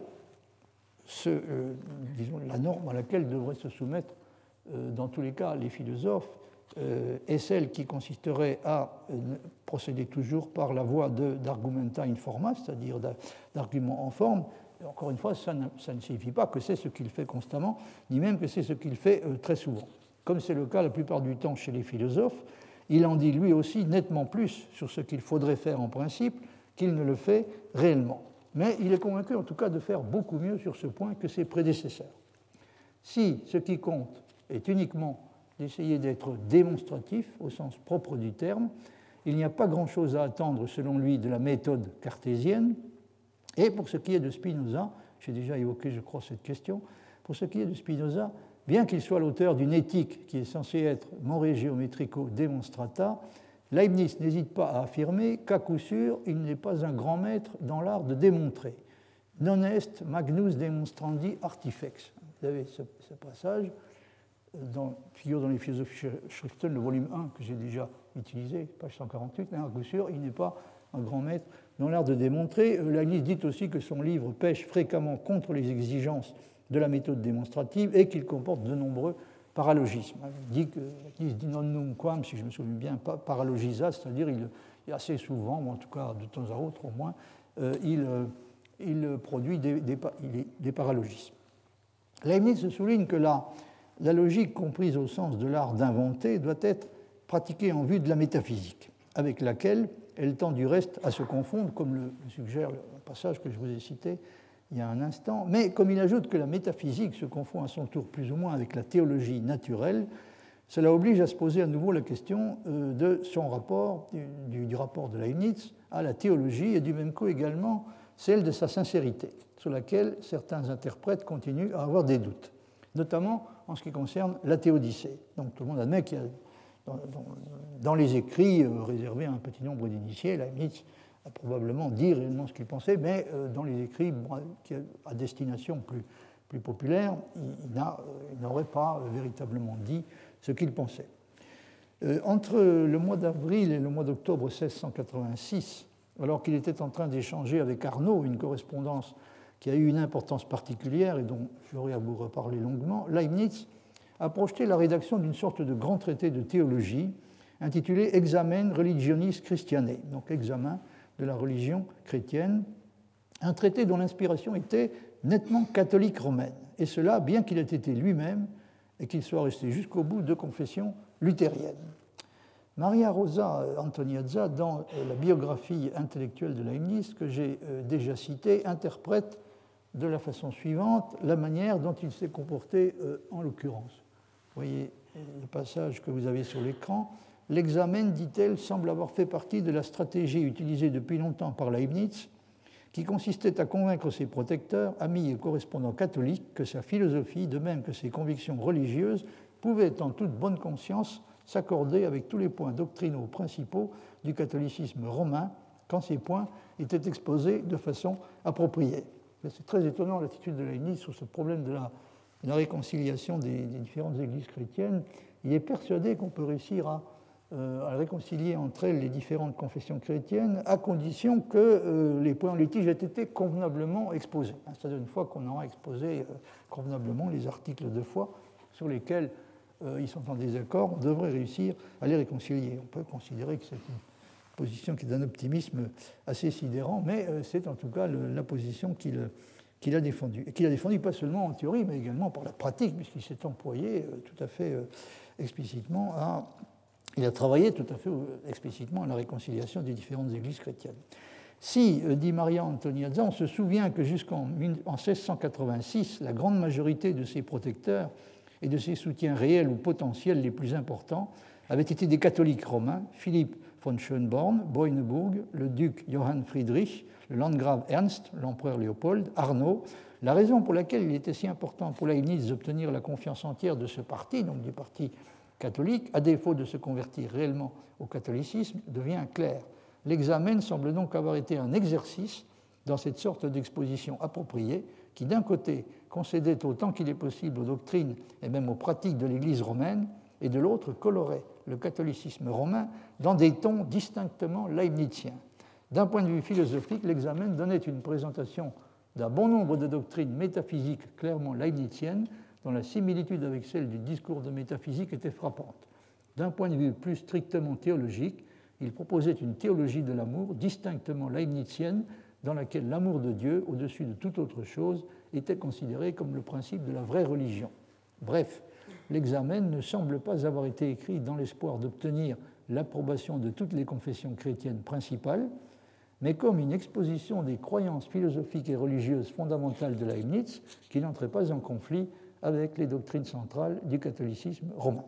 ce, euh, disons, la norme à laquelle devraient se soumettre euh, dans tous les cas les philosophes, est celle qui consisterait à procéder toujours par la voie de, d'argumenta in forma, c'est-à-dire d'arguments en forme. Et encore une fois, ça ne, ça ne signifie pas que c'est ce qu'il fait constamment, ni même que c'est ce qu'il fait très souvent. Comme c'est le cas la plupart du temps chez les philosophes, il en dit lui aussi nettement plus sur ce qu'il faudrait faire en principe qu'il ne le fait réellement. Mais il est convaincu en tout cas de faire beaucoup mieux sur ce point que ses prédécesseurs. Si ce qui compte est uniquement d'essayer d'être démonstratif au sens propre du terme, il n'y a pas grand-chose à attendre, selon lui, de la méthode cartésienne. Et pour ce qui est de Spinoza, j'ai déjà évoqué, je crois, cette question, pour ce qui est de Spinoza, bien qu'il soit l'auteur d'une éthique qui est censée être more geometrico demonstrata, Leibniz n'hésite pas à affirmer qu'à coup sûr, il n'est pas un grand maître dans l'art de démontrer. Non est magnus demonstrandi artifex. Vous avez ce, ce passage. Dans, figure dans les philosophies Schriften, le volume un que j'ai déjà utilisé, page cent quarante-huit, mais à coup sûr, il n'est pas un grand maître dans l'art de démontrer. Leibniz dit aussi que son livre pêche fréquemment contre les exigences de la méthode démonstrative et qu'il comporte de nombreux paralogismes. Il dit que Leibniz dit non num quam, si je me souviens bien, paralogisa, c'est-à-dire il, il assez souvent, ou en tout cas de temps à autre au moins, euh, il, euh, il produit des, des, des paralogismes. Leibniz se souligne que là, la logique comprise au sens de l'art d'inventer doit être pratiquée en vue de la métaphysique, avec laquelle elle tend du reste à se confondre, comme le suggère le passage que je vous ai cité il y a un instant. Mais comme il ajoute que la métaphysique se confond à son tour plus ou moins avec la théologie naturelle, cela oblige à se poser à nouveau la question de son rapport, du, du rapport de Leibniz à la théologie, et du même coup également celle de sa sincérité, sur laquelle certains interprètes continuent à avoir des doutes, notamment en ce qui concerne la théodicée. Donc tout le monde admet qu'il y a dans, dans, dans les écrits euh, réservés à un petit nombre d'initiés, Leibniz a probablement dit réellement ce qu'il pensait, mais euh, dans les écrits bon, à destination plus, plus populaire, il, il, n'a, il n'aurait pas euh, véritablement dit ce qu'il pensait. Euh, entre le mois d'avril et le mois d'octobre seize cent quatre-vingt-six, alors qu'il était en train d'échanger avec Arnaud une correspondance qui a eu une importance particulière et dont j'aurai à vous reparler longuement, Leibniz a projeté la rédaction d'une sorte de grand traité de théologie intitulé Examen Religionis Christianae, donc examen de la religion chrétienne, un traité dont l'inspiration était nettement catholique romaine, et cela bien qu'il ait été lui-même et qu'il soit resté jusqu'au bout de confession luthérienne. Maria Rosa Antoniazza, dans la biographie intellectuelle de Leibniz que j'ai déjà citée, interprète de la façon suivante la manière dont il s'est comporté en l'occurrence. Vous voyez le passage que vous avez sur l'écran. L'examen, dit-elle, semble avoir fait partie de la stratégie utilisée depuis longtemps par Leibniz, qui consistait à convaincre ses protecteurs, amis et correspondants catholiques, que sa philosophie, de même que ses convictions religieuses, pouvaient en toute bonne conscience s'accorder avec tous les points doctrinaux principaux du catholicisme romain, quand ces points étaient exposés de façon appropriée. C'est très étonnant l'attitude de Leibniz sur ce problème de la, de la réconciliation des, des différentes églises chrétiennes. Il est persuadé qu'on peut réussir à à réconcilier entre elles les différentes confessions chrétiennes, à condition que euh, les points en litige aient été convenablement exposés. C'est-à-dire une fois qu'on aura exposé euh, convenablement les articles de foi sur lesquels euh, ils sont en désaccord, on devrait réussir à les réconcilier. On peut considérer que c'est une position qui est d'un optimisme assez sidérant, mais euh, c'est en tout cas le, la position qu'il, qu'il a défendue. Et qu'il a défendue pas seulement en théorie, mais également par la pratique, puisqu'il s'est employé euh, tout à fait euh, explicitement à... Il a travaillé tout à fait explicitement à la réconciliation des différentes églises chrétiennes. Si, dit Maria Antoniazza, on se souvient que jusqu'en seize cent quatre-vingt-six, la grande majorité de ses protecteurs et de ses soutiens réels ou potentiels les plus importants avaient été des catholiques romains, Philippe von Schönborn, Boineburg, le duc Johann Friedrich, le landgrave Ernst, l'empereur Léopold, Arnaud. La raison pour laquelle il était si important pour Leibniz d'obtenir la confiance entière de ce parti, donc du parti catholique, à défaut de se convertir réellement au catholicisme, devient clair. L'examen semble donc avoir été un exercice dans cette sorte d'exposition appropriée qui, d'un côté, concédait autant qu'il est possible aux doctrines et même aux pratiques de l'Église romaine, et de l'autre, colorait le catholicisme romain dans des tons distinctement leibniziens. D'un point de vue philosophique, l'examen donnait une présentation d'un bon nombre de doctrines métaphysiques clairement leibniziennes, dont la similitude avec celle du discours de métaphysique était frappante. D'un point de vue plus strictement théologique, il proposait une théologie de l'amour distinctement leibnizienne, dans laquelle l'amour de Dieu, au-dessus de toute autre chose, était considéré comme le principe de la vraie religion. Bref, l'examen ne semble pas avoir été écrit dans l'espoir d'obtenir l'approbation de toutes les confessions chrétiennes principales, mais comme une exposition des croyances philosophiques et religieuses fondamentales de Leibniz qui n'entrait pas en conflit avec les doctrines centrales du catholicisme romain.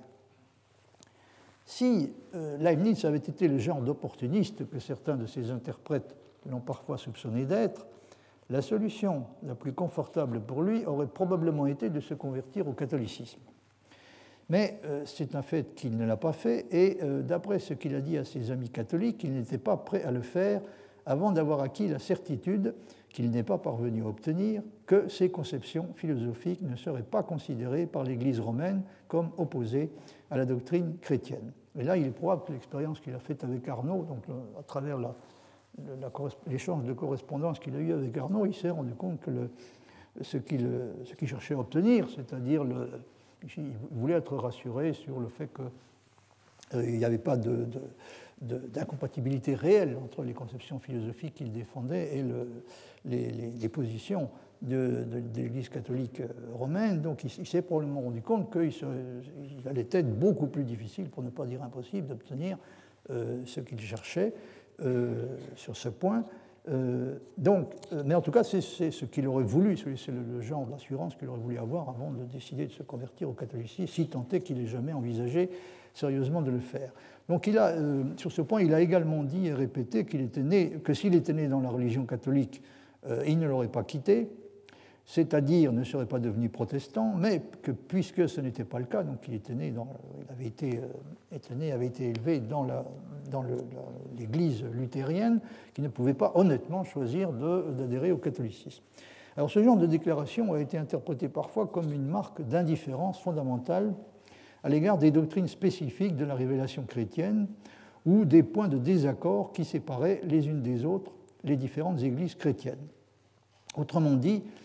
Si euh, Leibniz avait été le genre d'opportuniste que certains de ses interprètes l'ont parfois soupçonné d'être, la solution la plus confortable pour lui aurait probablement été de se convertir au catholicisme. Mais euh, c'est un fait qu'il ne l'a pas fait, et euh, d'après ce qu'il a dit à ses amis catholiques, il n'était pas prêt à le faire avant d'avoir acquis la certitude qu'il n'est pas parvenu à obtenir, que ses conceptions philosophiques ne seraient pas considérées par l'Église romaine comme opposées à la doctrine chrétienne. Et là, il est probable que l'expérience qu'il a faite avec Arnaud, donc à travers la, la, l'échange de correspondance qu'il a eu avec Arnaud, il s'est rendu compte que le, ce, qu'il, ce qu'il cherchait à obtenir, c'est-à-dire le, il voulait être rassuré sur le fait qu'il euh, n'y avait pas de, de De, d'incompatibilité réelle entre les conceptions philosophiques qu'il défendait et le, les, les, les positions de, de, de l'Église catholique romaine. Donc il, il s'est probablement rendu compte qu'il se, il allait être beaucoup plus difficile, pour ne pas dire impossible, d'obtenir euh, ce qu'il cherchait euh, sur ce point. Euh, donc, euh, mais en tout cas, c'est, c'est ce qu'il aurait voulu, c'est le, le genre d'assurance qu'il aurait voulu avoir avant de décider de se convertir au catholicisme, si tant est qu'il n'ait jamais envisagé sérieusement de le faire. Donc il a, euh, sur ce point, il a également dit et répété qu'il était né, que s'il était né dans la religion catholique, euh, il ne l'aurait pas quittée, c'est-à-dire ne serait pas devenu protestant, mais que puisque ce n'était pas le cas, donc il était né, dans, il avait été, euh, était né, avait été élevé dans, la, dans le, la, l'Église luthérienne, qu'il ne pouvait pas honnêtement choisir de, d'adhérer au catholicisme. Alors ce genre de déclaration a été interprété parfois comme une marque d'indifférence fondamentale à l'égard des doctrines spécifiques de la révélation chrétienne ou des points de désaccord qui séparaient les unes des autres les différentes églises chrétiennes. Autrement dit,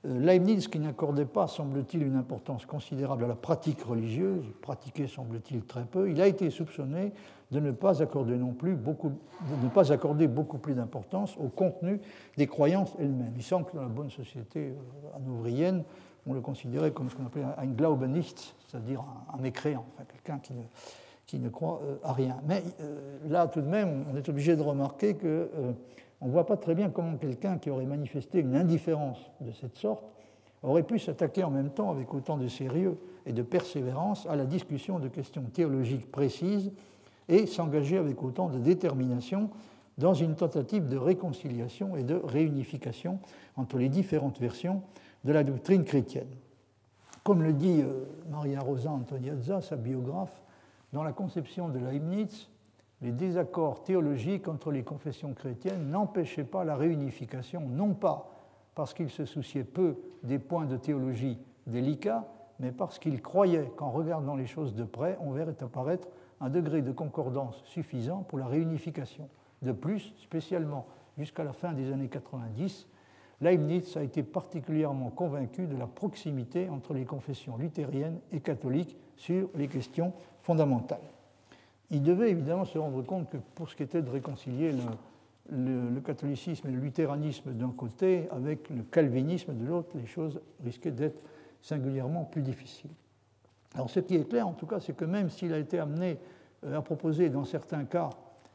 Leibniz, qui n'accordait pas, semble-t-il, une importance considérable à la pratique religieuse, pratiquait, semble-t-il, très peu, il a été soupçonné de ne pas accorder non plus beaucoup, de ne pas accorder beaucoup plus d'importance au contenu des croyances elles-mêmes. Il semble que dans la bonne société hanovrienne, on le considérait comme ce qu'on appelait un Glaubenist, c'est-à-dire un, un mécréant, enfin quelqu'un qui ne, qui ne croit euh, à rien. Mais euh, là, tout de même, on est obligé de remarquer qu'on euh, ne voit pas très bien comment quelqu'un qui aurait manifesté une indifférence de cette sorte aurait pu s'attaquer en même temps avec autant de sérieux et de persévérance à la discussion de questions théologiques précises et s'engager avec autant de détermination dans une tentative de réconciliation et de réunification entre les différentes versions de la doctrine chrétienne. Comme le dit Maria Rosa Antoniazza, sa biographe, dans la conception de Leibniz, les désaccords théologiques entre les confessions chrétiennes n'empêchaient pas la réunification, non pas parce qu'ils se souciaient peu des points de théologie délicats, mais parce qu'ils croyaient qu'en regardant les choses de près, on verrait apparaître un degré de concordance suffisant pour la réunification. De plus, spécialement jusqu'à la fin des années quatre-vingt-dix, Leibniz a été particulièrement convaincu de la proximité entre les confessions luthériennes et catholiques sur les questions fondamentales. Il devait évidemment se rendre compte que pour ce qui était de réconcilier le, le, le catholicisme et le luthéranisme d'un côté avec le calvinisme de l'autre, les choses risquaient d'être singulièrement plus difficiles. Alors ce qui est clair en tout cas, c'est que même s'il a été amené à proposer dans certains cas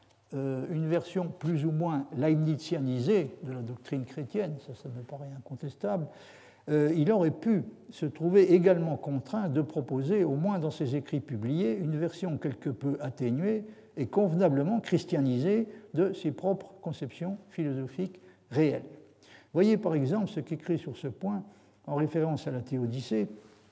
une version plus ou moins leibnizianisée de la doctrine chrétienne, ça, ça me paraît incontestable, euh, il aurait pu se trouver également contraint de proposer, au moins dans ses écrits publiés, une version quelque peu atténuée et convenablement christianisée de ses propres conceptions philosophiques réelles. Voyez par exemple ce qu'écrit sur ce point, en référence à la Théodicée,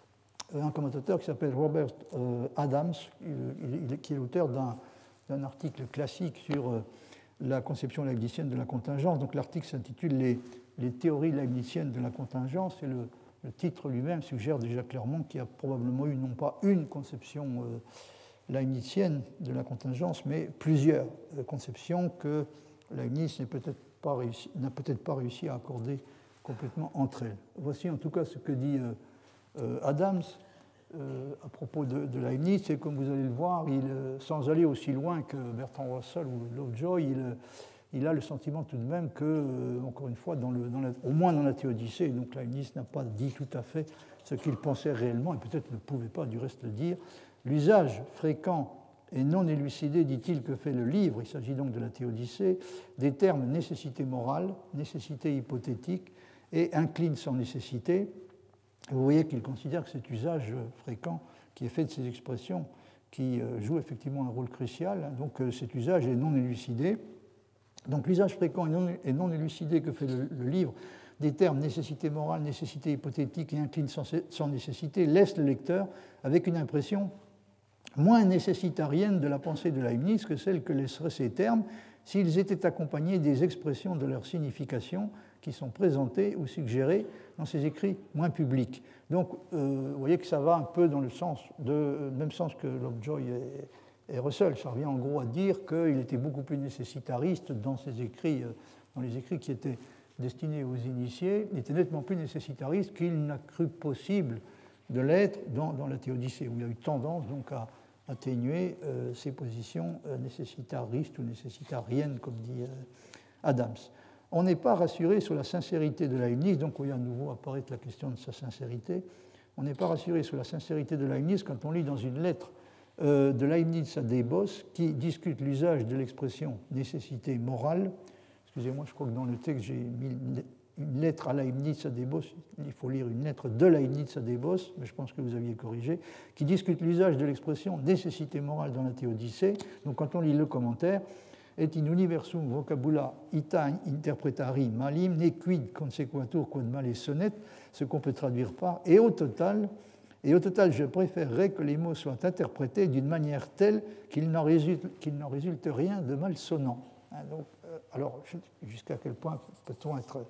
un commentateur qui s'appelle Robert euh, Adams, il, il, qui est l'auteur d'un d'un article classique sur la conception leibnizienne de la contingence. Donc l'article s'intitule les, les théories leibniziennes de la contingence et le, le titre lui-même suggère déjà clairement qu'il y a probablement eu non pas une conception euh, leibnizienne de la contingence, mais plusieurs euh, conceptions que Leibniz n'a peut-être pas réussi, n'a peut-être pas réussi à accorder complètement entre elles. Voici en tout cas ce que dit euh, euh, Adams. Euh, à propos de, de Leibniz, c'est comme vous allez le voir, il, sans aller aussi loin que Bertrand Russell ou Lovejoy, il, il a le sentiment tout de même que, euh, encore une fois, dans le, dans la, au moins dans la Théodicée, donc Leibniz n'a pas dit tout à fait ce qu'il pensait réellement, et peut-être ne pouvait pas du reste le dire, l'usage fréquent et non élucidé, dit-il, que fait le livre, il s'agit donc de la Théodicée, des termes nécessité morale, nécessité hypothétique et incline sans nécessité. Vous voyez qu'il considère que cet usage fréquent qui est fait de ces expressions qui joue effectivement un rôle crucial, donc cet usage est non élucidé. Donc l'usage fréquent et non, et non élucidé que fait le, le livre des termes nécessité morale, nécessité hypothétique et incline sans, sans nécessité laisse le lecteur avec une impression moins nécessitarienne de la pensée de Leibniz que celle que laisseraient ces termes s'ils étaient accompagnés des expressions de leur signification qui sont présentées ou suggérées dans ses écrits moins publics. Donc, euh, vous voyez que ça va un peu dans le sens de, même sens que Lovejoy et, et Russell. Ça revient en gros à dire qu'il était beaucoup plus nécessitariste dans ses écrits, dans les écrits qui étaient destinés aux initiés. Il était nettement plus nécessitariste qu'il n'a cru possible de l'être dans, dans la Théodicée, où il a eu tendance donc à atténuer euh, ses positions euh, nécessitaristes ou nécessitariennes, comme dit euh, Adams. On n'est pas rassuré sur la sincérité de Leibniz, donc oui, à nouveau apparaître la question de sa sincérité. On n'est pas rassuré sur la sincérité de Leibniz quand on lit dans une lettre euh, de Leibniz à Debos qui discute l'usage de l'expression nécessité morale. Excusez-moi, je crois que dans le texte j'ai mis une lettre à Leibniz à Debos, il faut lire une lettre de Leibniz à Debos, mais je pense que vous aviez corrigé, qui discute l'usage de l'expression nécessité morale dans la Théodicée. Donc quand on lit le commentaire, et in universum vocabula ita interpretari malim ne quid consequatur quod male sonnet, ce qu'on peut traduire par et au total, et au total je préférerais que les mots soient interprétés d'une manière telle qu'il n'en résulte, qu'il n'en résulte rien de malsonnant. Hein, donc, euh, alors jusqu'à quel point peut-on être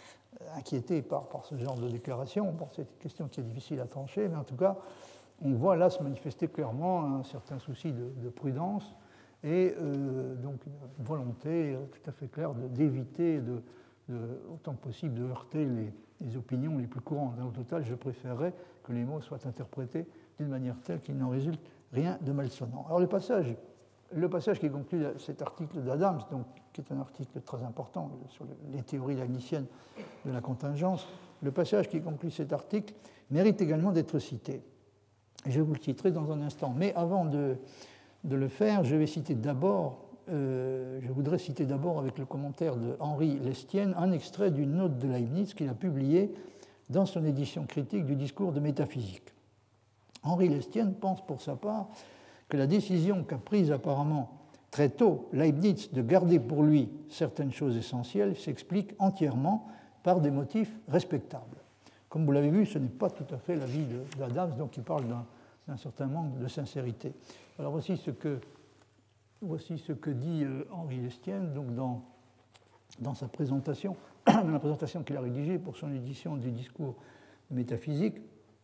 inquiété par, par ce genre de déclaration? Bon, c'est une question qui est difficile à trancher, mais en tout cas, on voit là se manifester clairement un certain souci de, de prudence et euh, donc une volonté tout à fait claire de, d'éviter de, de, autant que possible de heurter les, les opinions les plus courantes. Au total, je préférerais que les mots soient interprétés d'une manière telle qu'il n'en résulte rien de malsonnant. Alors le passage, le passage qui conclut cet article d'Adams, donc, qui est un article très important sur les théories leibniziennes de la contingence, le passage qui conclut cet article mérite également d'être cité. Je vous le citerai dans un instant. Mais avant de, de le faire, je vais citer d'abord, euh, je voudrais citer d'abord avec le commentaire de Henri Lestienne un extrait d'une note de Leibniz qu'il a publiée dans son édition critique du discours de métaphysique. Henri Lestienne pense pour sa part que la décision qu'a prise apparemment très tôt Leibniz de garder pour lui certaines choses essentielles s'explique entièrement par des motifs respectables. Comme vous l'avez vu, ce n'est pas tout à fait l'avis d'Adams, donc il parle d'un, d'un certain manque de sincérité. Alors voici ce que, voici ce que dit euh, Henri Lestienne donc dans, dans sa présentation, dans la présentation qu'il a rédigée pour son édition du discours métaphysique.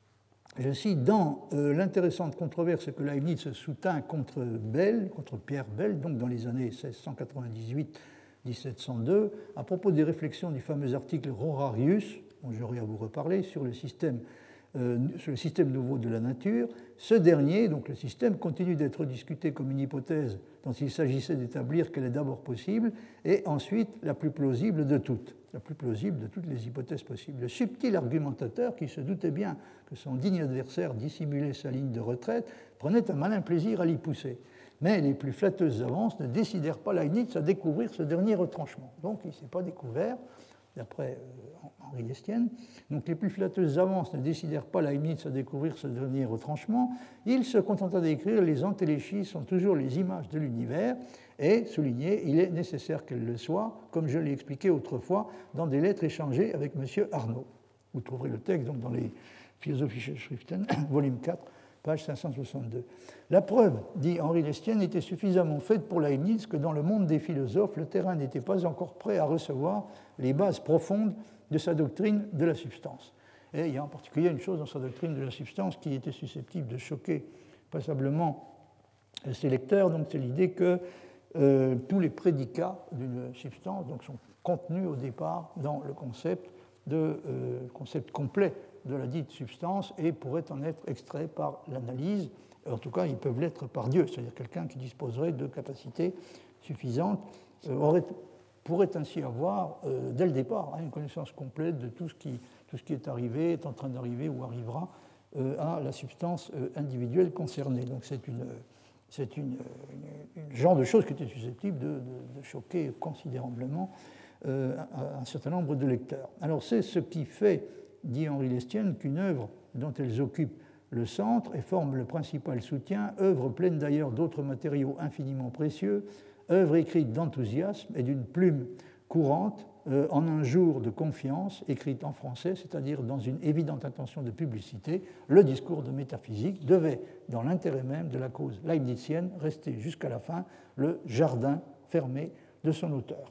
Je cite, dans euh, l'intéressante controverse que Leibniz soutint contre Bell, contre Pierre Bell, donc dans les années seize cent quatre-vingt-dix-huit à dix-sept cent deux, à propos des réflexions du fameux article Rorarius, dont j'aurai à vous reparler, sur le, système, euh, sur le système nouveau de la nature, ce dernier, donc le système, continue d'être discuté comme une hypothèse dont il s'agissait d'établir qu'elle est d'abord possible, et ensuite la plus plausible de toutes, la plus plausible de toutes les hypothèses possibles. Le subtil argumentateur, qui se doutait bien que son digne adversaire dissimulait sa ligne de retraite, prenait un malin plaisir à l'y pousser. Mais les plus flatteuses avances ne décidèrent pas Leibniz à découvrir ce dernier retranchement. Donc il ne s'est pas découvert, d'après Henri Lestienne. Donc les plus flatteuses avances ne décidèrent pas Leibniz à découvrir ce dernier retranchement. Il se contenta d'écrire « Les entéléchies sont toujours les images de l'univers » et souligner « Il est nécessaire qu'elles le soient, comme je l'ai expliqué autrefois dans des lettres échangées avec M. Arnaud ». Vous trouverez le texte donc, dans les Philosophische Schriften, volume quatre, page cinq cent soixante-deux. La preuve, dit Henri Lestienne, était suffisamment faite pour Leibniz que dans le monde des philosophes, le terrain n'était pas encore prêt à recevoir les bases profondes de sa doctrine de la substance. Et il y a en particulier une chose dans sa doctrine de la substance qui était susceptible de choquer passablement ses lecteurs, donc c'est l'idée que euh, tous les prédicats d'une substance donc, sont contenus au départ dans le concept, de, euh, concept complet de la dite substance et pourraient en être extraits par l'analyse. En tout cas, ils peuvent l'être par Dieu, c'est-à-dire quelqu'un qui disposerait de capacités suffisantes euh, aurait, pourrait ainsi avoir, euh, dès le départ, hein, une connaissance complète de tout ce, qui, tout ce qui est arrivé, est en train d'arriver ou arrivera euh, à la substance euh, individuelle concernée. Donc c'est une, c'est une, une, une genre de chose qui était susceptible de, de, de choquer considérablement euh, un, un certain nombre de lecteurs. Alors c'est ce qui fait, dit Henri Lestienne, qu'une œuvre dont elles occupent le centre et forment le principal soutien, œuvre pleine d'ailleurs d'autres matériaux infiniment précieux, œuvre écrite d'enthousiasme et d'une plume courante, euh, en un jour de confiance, écrite en français, c'est-à-dire dans une évidente intention de publicité, le discours de métaphysique devait, dans l'intérêt même de la cause leibnizienne, rester jusqu'à la fin le jardin fermé de son auteur.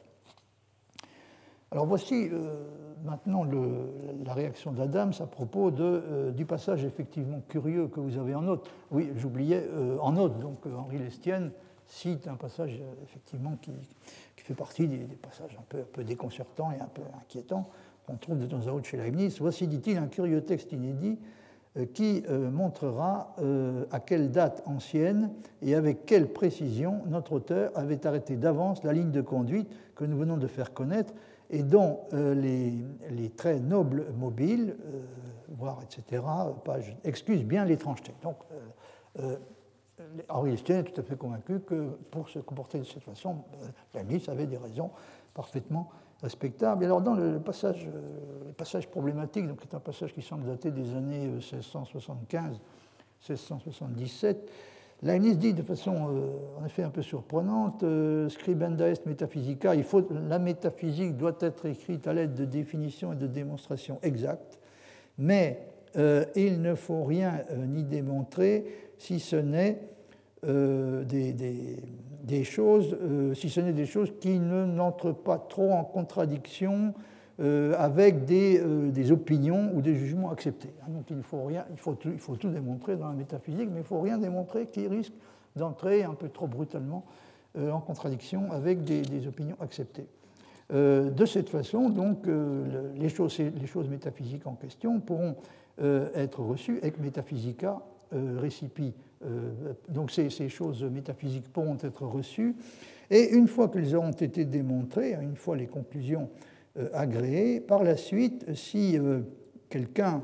Alors voici euh, maintenant le, la réaction d'Adams à propos de, euh, du passage effectivement curieux que vous avez en note. Oui, j'oubliais, euh, en note, donc euh, Henri Lestienne cite un passage euh, effectivement qui, qui fait partie des, des passages un peu, un peu déconcertants et un peu inquiétants qu'on trouve de temps à autre chez Leibniz. Voici, dit-il, un curieux texte inédit euh, qui euh, montrera euh, à quelle date ancienne et avec quelle précision notre auteur avait arrêté d'avance la ligne de conduite que nous venons de faire connaître et dont euh, les, les traits nobles mobiles, euh, voire et cetera, page, excusent bien l'étrangeté. Donc, euh, euh, Henri Lestienne est tout à fait convaincu que pour se comporter de cette façon, euh, Leibniz avait des raisons parfaitement respectables. Et alors, dans le passage, euh, le passage problématique, donc c'est un passage qui semble dater des années seize cent soixante-quinze seize cent soixante-dix-sept, Leibniz dit de façon euh, en effet un peu surprenante euh, Scribenda est metaphysica, il faut, la métaphysique doit être écrite à l'aide de définitions et de démonstrations exactes, mais euh, il ne faut rien euh, ni démontrer si ce n'est euh, des, des, des choses, euh, si ce n'est des choses qui ne n'entrent pas trop en contradiction Euh, avec des, euh, des opinions ou des jugements acceptés. Donc il faut, rien, il, faut tout, il faut tout démontrer dans la métaphysique, mais il ne faut rien démontrer qui risque d'entrer un peu trop brutalement euh, en contradiction avec des, des opinions acceptées. Euh, de cette façon, donc, euh, les, choses, les choses métaphysiques en question pourront euh, être reçues ec metaphysica euh, recipi. Euh, donc ces, ces choses métaphysiques pourront être reçues, et une fois qu'elles auront été démontrées, une fois les conclusions euh, agréées, par la suite, si euh, quelqu'un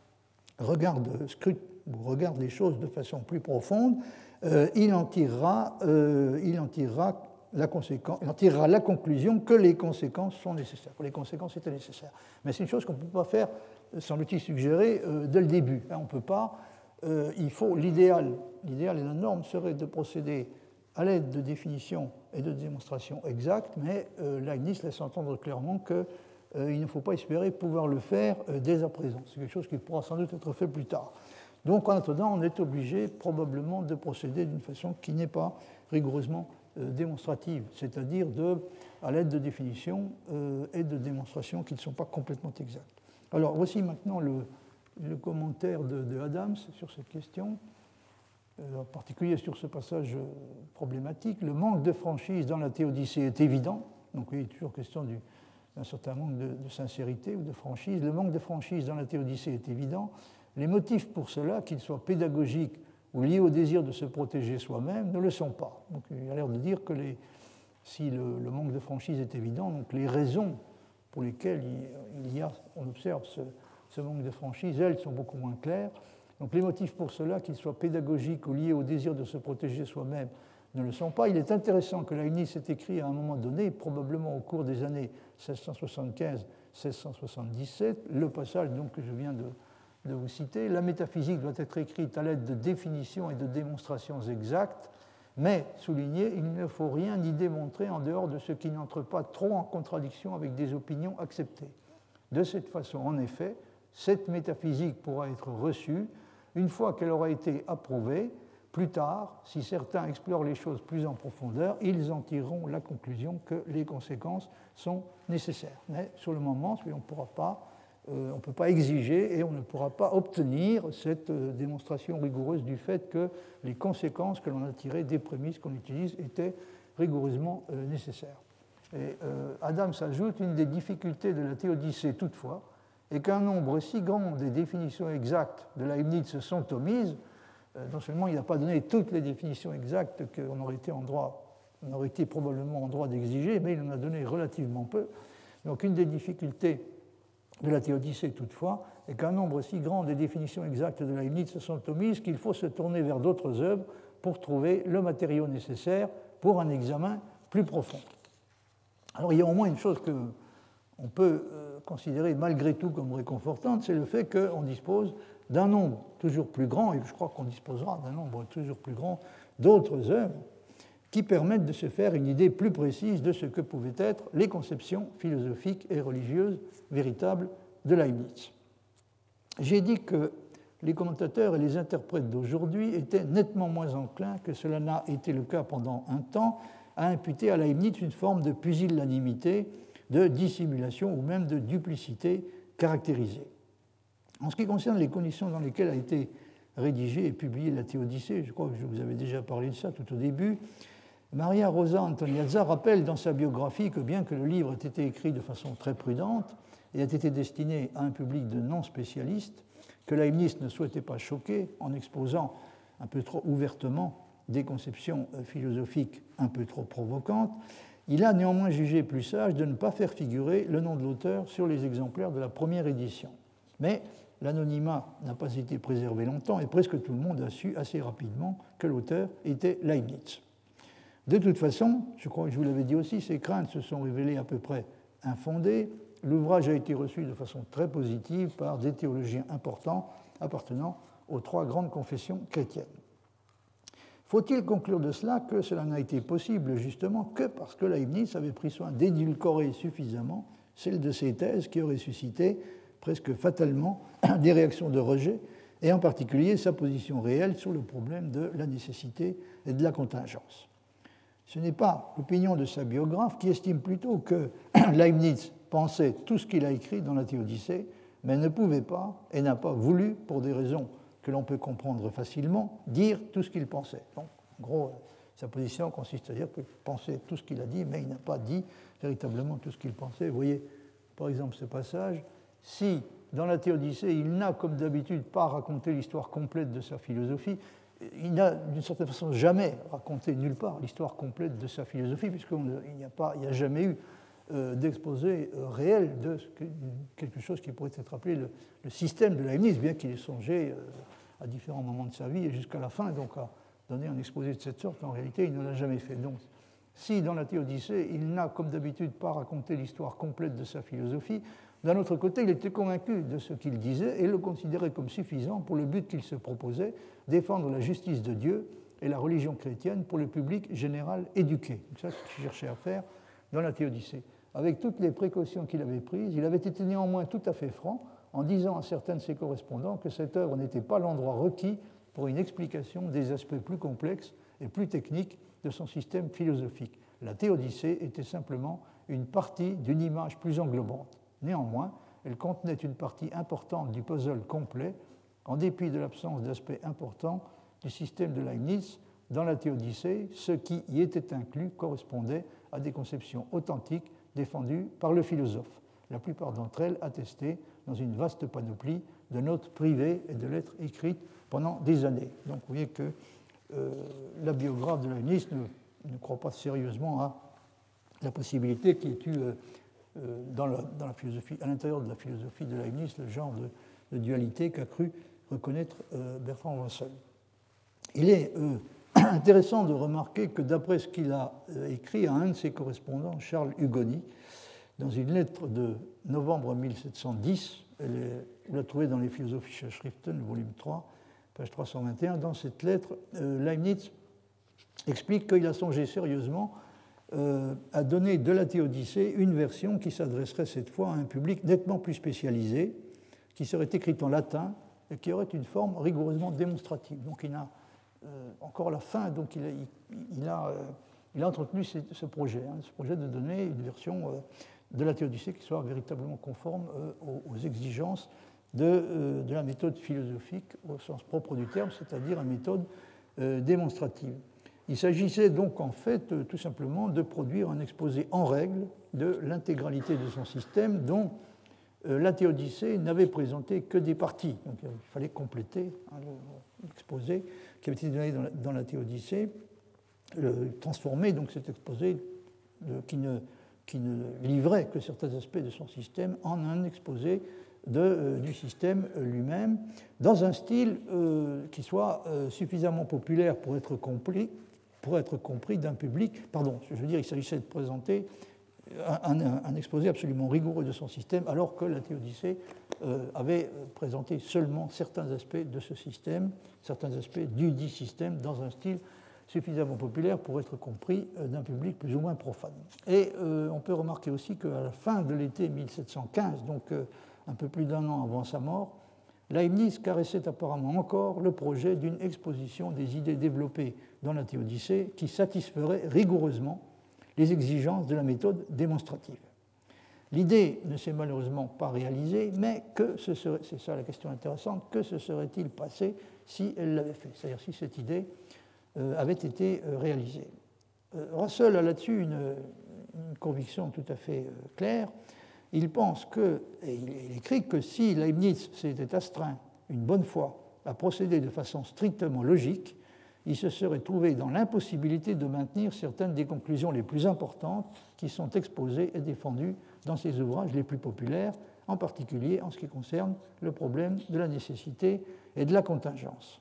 regarde, scrute ou regarde les choses de façon plus profonde, euh, il en tirera, euh, il en tirera La conséquence, il en tirera la conclusion que les conséquences sont nécessaires, que les conséquences étaient nécessaires. Mais c'est une chose qu'on ne peut pas faire, semble-t-il suggérer, euh, dès le début. Hein, on ne peut pas, euh, il faut, l'idéal, l'idéal et la norme serait de procéder à l'aide de définitions et de démonstrations exactes, mais euh, Leibniz laisse entendre clairement qu'il euh, ne faut pas espérer pouvoir le faire euh, dès à présent. C'est quelque chose qui pourra sans doute être fait plus tard. Donc en attendant, on est obligé probablement de procéder d'une façon qui n'est pas rigoureusement démonstrative, c'est-à-dire de, à l'aide de définitions euh, et de démonstrations qui ne sont pas complètement exactes. Alors voici maintenant le, le commentaire de, de Adams sur cette question, euh, en particulier sur ce passage problématique. Le manque de franchise dans la théodicée est évident, donc il est toujours question du, d'un certain manque de, de sincérité ou de franchise. Le manque de franchise dans la théodicée est évident. Les motifs pour cela, qu'ils soient pédagogiques ou liés au désir de se protéger soi-même, ne le sont pas. Donc, il a l'air de dire que les, si le, le manque de franchise est évident, donc les raisons pour lesquelles il, il y a, on observe ce, ce manque de franchise, elles sont beaucoup moins claires. Donc les motifs pour cela, qu'ils soient pédagogiques ou liés au désir de se protéger soi-même, ne le sont pas. Il est intéressant que Leibniz ait écrit à un moment donné, probablement au cours des années seize cent soixante-quinze à seize cent soixante-dix-sept, le passage donc, que je viens de de vous citer, la métaphysique doit être écrite à l'aide de définitions et de démonstrations exactes, mais, souligné, il ne faut rien y démontrer en dehors de ce qui n'entre pas trop en contradiction avec des opinions acceptées. De cette façon, en effet, cette métaphysique pourra être reçue une fois qu'elle aura été approuvée. Plus tard, si certains explorent les choses plus en profondeur, ils en tireront la conclusion que les conséquences sont nécessaires. Mais sur le moment, on ne pourra pas Euh, on ne peut pas exiger et on ne pourra pas obtenir cette euh, démonstration rigoureuse du fait que les conséquences que l'on a tirées des prémices qu'on utilise étaient rigoureusement euh, nécessaires. Et euh, Adams ajoute une des difficultés de la théodicée toutefois est qu'un nombre si grand des définitions exactes de Leibniz sont omises. Euh, non seulement il n'a pas donné toutes les définitions exactes qu'on aurait été en droit, on aurait été probablement en droit d'exiger, mais il en a donné relativement peu. Donc une des difficultés de la théodicée toutefois, et qu'un nombre si grand des définitions exactes de Leibniz se sont omises qu'il faut se tourner vers d'autres œuvres pour trouver le matériau nécessaire pour un examen plus profond. Alors il y a au moins une chose qu'on peut considérer malgré tout comme réconfortante, c'est le fait qu'on dispose d'un nombre toujours plus grand, et je crois qu'on disposera d'un nombre toujours plus grand d'autres œuvres qui permettent de se faire une idée plus précise de ce que pouvaient être les conceptions philosophiques et religieuses véritables de Leibniz. J'ai dit que les commentateurs et les interprètes d'aujourd'hui étaient nettement moins enclins que cela n'a été le cas pendant un temps à imputer à Leibniz une forme de pusillanimité, de dissimulation ou même de duplicité caractérisée. En ce qui concerne les conditions dans lesquelles a été rédigée et publiée la Théodicée, je crois que je vous avais déjà parlé de ça tout au début, Maria Rosa Antoniazza rappelle dans sa biographie que bien que le livre ait été écrit de façon très prudente et ait été destiné à un public de non-spécialistes, que Leibniz ne souhaitait pas choquer en exposant un peu trop ouvertement des conceptions philosophiques un peu trop provocantes, il a néanmoins jugé plus sage de ne pas faire figurer le nom de l'auteur sur les exemplaires de la première édition. Mais l'anonymat n'a pas été préservé longtemps et presque tout le monde a su assez rapidement que l'auteur était Leibniz. De toute façon, je crois que je vous l'avais dit aussi, ces craintes se sont révélées à peu près infondées. L'ouvrage a été reçu de façon très positive par des théologiens importants appartenant aux trois grandes confessions chrétiennes. Faut-il conclure de cela que cela n'a été possible justement que parce que Leibniz avait pris soin d'édulcorer suffisamment celle de ses thèses qui auraient suscité presque fatalement des réactions de rejet, et en particulier sa position réelle sur le problème de la nécessité et de la contingence. Ce n'est pas l'opinion de sa biographe qui estime plutôt que Leibniz pensait tout ce qu'il a écrit dans la Théodicée, mais ne pouvait pas et n'a pas voulu, pour des raisons que l'on peut comprendre facilement, dire tout ce qu'il pensait. Donc, en gros, Sa position consiste à dire qu'il pensait tout ce qu'il a dit, mais il n'a pas dit véritablement tout ce qu'il pensait. Vous voyez, par exemple, ce passage, si dans la Théodicée, il n'a, comme d'habitude, pas raconté l'histoire complète de sa philosophie, il n'a, d'une certaine façon, jamais raconté nulle part l'histoire complète de sa philosophie, puisqu'il n'y a, pas, il n'y a jamais eu euh, d'exposé euh, réel de quelque chose qui pourrait être appelé le, le système de Leibniz, bien qu'il ait songé euh, à différents moments de sa vie et jusqu'à la fin, donc à donner un exposé de cette sorte. En réalité, il ne l'a jamais fait. Donc, si dans la Théodicée, il n'a, comme d'habitude, pas raconté l'histoire complète de sa philosophie, d'un autre côté, il était convaincu de ce qu'il disait et le considérait comme suffisant pour le but qu'il se proposait, défendre la justice de Dieu et la religion chrétienne pour le public général éduqué. C'est ça qu'il cherchait à faire dans la Théodicée. Avec toutes les précautions qu'il avait prises, il avait été néanmoins tout à fait franc en disant à certains de ses correspondants que cette œuvre n'était pas l'endroit requis pour une explication des aspects plus complexes et plus techniques de son système philosophique. La Théodicée était simplement une partie d'une image plus englobante. Néanmoins, elle contenait une partie importante du puzzle complet, en dépit de l'absence d'aspects importants du système de Leibniz. Dans la Théodicée, ce qui y était inclus correspondait à des conceptions authentiques défendues par le philosophe, la plupart d'entre elles attestées dans une vaste panoplie de notes privées et de lettres écrites pendant des années. Donc vous voyez que euh, la biographe de Leibniz ne, ne croit pas sérieusement à la possibilité qu'il y ait eu euh, euh, dans, la, dans la philosophie, à l'intérieur de la philosophie de Leibniz, le genre de, de dualité qu'a cru reconnaître euh, Bertrand Russell. Il est euh, intéressant de remarquer que d'après ce qu'il a euh, écrit à un de ses correspondants, Charles Hugoni, dans une lettre de novembre mille sept cent dix, elle est, vous la trouvez dans les Philosophische Schriften, volume trois, page trois cent vingt et un, dans cette lettre, euh, Leibniz explique qu'il a songé sérieusement euh, à donner de la Théodicée une version qui s'adresserait cette fois à un public nettement plus spécialisé, qui serait écrite en latin et qui aurait une forme rigoureusement démonstrative. Donc il a euh, encore la fin, donc il a, il, il a, euh, il a entretenu ce, ce projet, hein, ce projet de donner une version euh, de la Théodicée qui soit véritablement conforme euh, aux, aux exigences de, euh, de la méthode philosophique au sens propre du terme, c'est-à-dire une méthode euh, démonstrative. Il s'agissait donc en fait euh, tout simplement de produire un exposé en règle de l'intégralité de son système dont euh, la Théodicée n'avait présenté que des parties. Donc il fallait compléter hein, l'exposé qui avait été donné dans la, dans la Théodicée, le, transformer donc cet exposé de, qui, ne, qui ne livrait que certains aspects de son système en un exposé De, euh, du système lui-même, dans un style euh, qui soit euh, suffisamment populaire pour être compris, pour être compris d'un public. Pardon, je veux dire, il s'agissait de présenter un, un, un exposé absolument rigoureux de son système, alors que la Théodicée euh, avait présenté seulement certains aspects de ce système, certains aspects du dit système, dans un style suffisamment populaire pour être compris d'un public plus ou moins profane. Et euh, on peut remarquer aussi qu'à la fin de l'été mille sept cent quinze, donc euh, un peu plus d'un an avant sa mort, Leibniz caressait apparemment encore le projet d'une exposition des idées développées dans la Théodicée qui satisferait rigoureusement les exigences de la méthode démonstrative. L'idée ne s'est malheureusement pas réalisée, mais que ce serait, c'est ça la question intéressante, que se serait-il passé si elle l'avait fait, c'est-à-dire si cette idée euh, avait été euh, réalisée. Euh, Russell a là-dessus une, une conviction tout à fait euh, claire. Il pense que, et il écrit que si Leibniz s'était astreint une bonne fois à procéder de façon strictement logique, il se serait trouvé dans l'impossibilité de maintenir certaines des conclusions les plus importantes qui sont exposées et défendues dans ses ouvrages les plus populaires, en particulier en ce qui concerne le problème de la nécessité et de la contingence.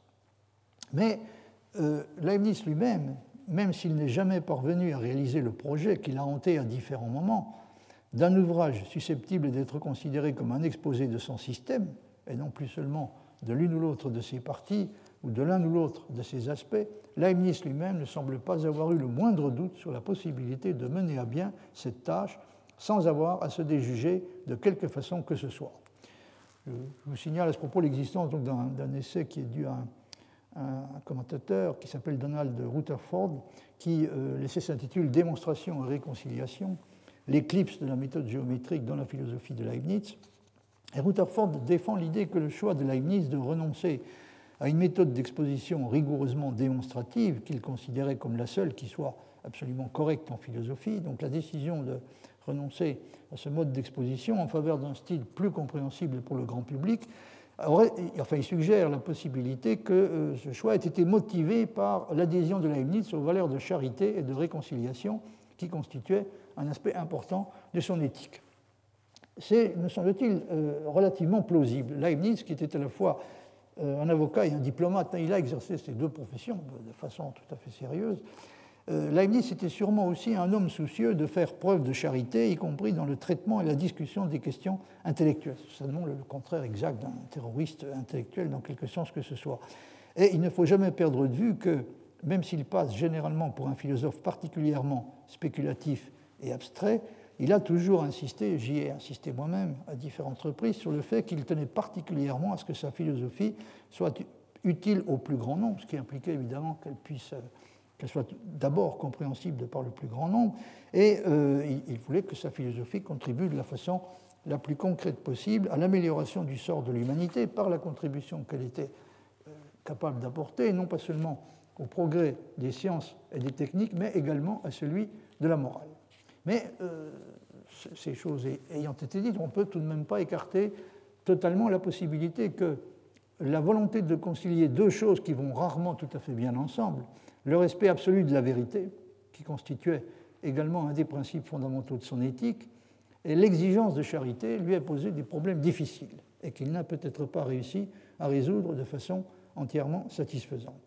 Mais euh, Leibniz lui-même, même s'il n'est jamais parvenu à réaliser le projet qu'il a hanté à différents moments, d'un ouvrage susceptible d'être considéré comme un exposé de son système, et non plus seulement de l'une ou l'autre de ses parties ou de l'un ou l'autre de ses aspects, Leibniz lui-même ne semble pas avoir eu le moindre doute sur la possibilité de mener à bien cette tâche sans avoir à se déjuger de quelque façon que ce soit. Je vous signale à ce propos l'existence donc d'un, d'un essai qui est dû à un, un commentateur qui s'appelle Donald Rutherford, qui euh, l'essai s'intitule « Démonstration et réconciliation », l'éclipse de la méthode géométrique dans la philosophie de Leibniz. Et Rutherford défend l'idée que le choix de Leibniz de renoncer à une méthode d'exposition rigoureusement démonstrative qu'il considérait comme la seule qui soit absolument correcte en philosophie. Donc la décision de renoncer à ce mode d'exposition en faveur d'un style plus compréhensible pour le grand public, aurait, enfin, il suggère la possibilité que euh, ce choix ait été motivé par l'adhésion de Leibniz aux valeurs de charité et de réconciliation qui constituaient un aspect important de son éthique. C'est, me semble-t-il, euh, relativement plausible. Leibniz, qui était à la fois euh, un avocat et un diplomate, il a exercé ces deux professions de, de façon tout à fait sérieuse. Euh, Leibniz était sûrement aussi un homme soucieux de faire preuve de charité, y compris dans le traitement et la discussion des questions intellectuelles. C'est seulement le contraire exact d'un terroriste intellectuel dans quelque sens que ce soit. Et il ne faut jamais perdre de vue que, même s'il passe généralement pour un philosophe particulièrement spéculatif et abstrait, il a toujours insisté, j'y ai insisté moi-même à différentes reprises, sur le fait qu'il tenait particulièrement à ce que sa philosophie soit utile au plus grand nombre, ce qui impliquait évidemment qu'elle puisse, qu'elle soit d'abord compréhensible par le plus grand nombre, et euh, il voulait que sa philosophie contribue de la façon la plus concrète possible à l'amélioration du sort de l'humanité par la contribution qu'elle était euh, capable d'apporter, non pas seulement au progrès des sciences et des techniques, mais également à celui de la morale. Mais euh, ces choses ayant été dites, on ne peut tout de même pas écarter totalement la possibilité que la volonté de concilier deux choses qui vont rarement tout à fait bien ensemble, le respect absolu de la vérité, qui constituait également un des principes fondamentaux de son éthique, et l'exigence de charité lui a posé des problèmes difficiles et qu'il n'a peut-être pas réussi à résoudre de façon entièrement satisfaisante.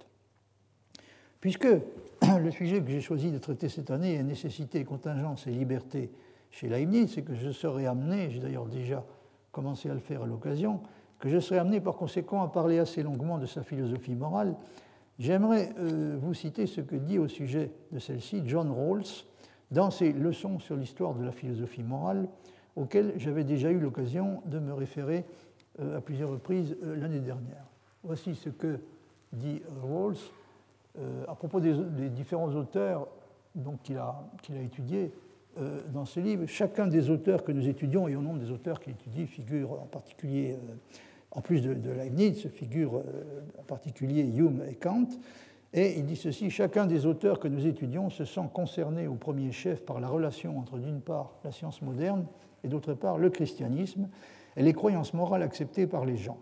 Puisque le sujet que j'ai choisi de traiter cette année est nécessité, contingence et liberté chez Leibniz, et que je serai amené, j'ai d'ailleurs déjà commencé à le faire à l'occasion, que je serai amené par conséquent à parler assez longuement de sa philosophie morale, j'aimerais euh, vous citer ce que dit au sujet de celle-ci John Rawls dans ses leçons sur l'histoire de la philosophie morale, auxquelles j'avais déjà eu l'occasion de me référer euh, à plusieurs reprises euh, l'année dernière. Voici ce que dit Rawls euh, à propos des, des différents auteurs donc, qu'il a, qu'il a étudiés euh, dans ce livre. Chacun des auteurs que nous étudions, et au nombre des auteurs qu'il étudie, figure en particulier, euh, en plus de, de Leibniz, figure euh, en particulier Hume et Kant. Et il dit ceci: chacun des auteurs que nous étudions se sent concerné au premier chef par la relation entre, d'une part, la science moderne et, d'autre part, le christianisme et les croyances morales acceptées par les gens.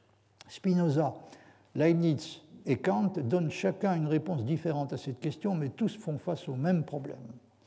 Spinoza, Leibniz et Kant donnent chacun une réponse différente à cette question, mais tous font face au même problème.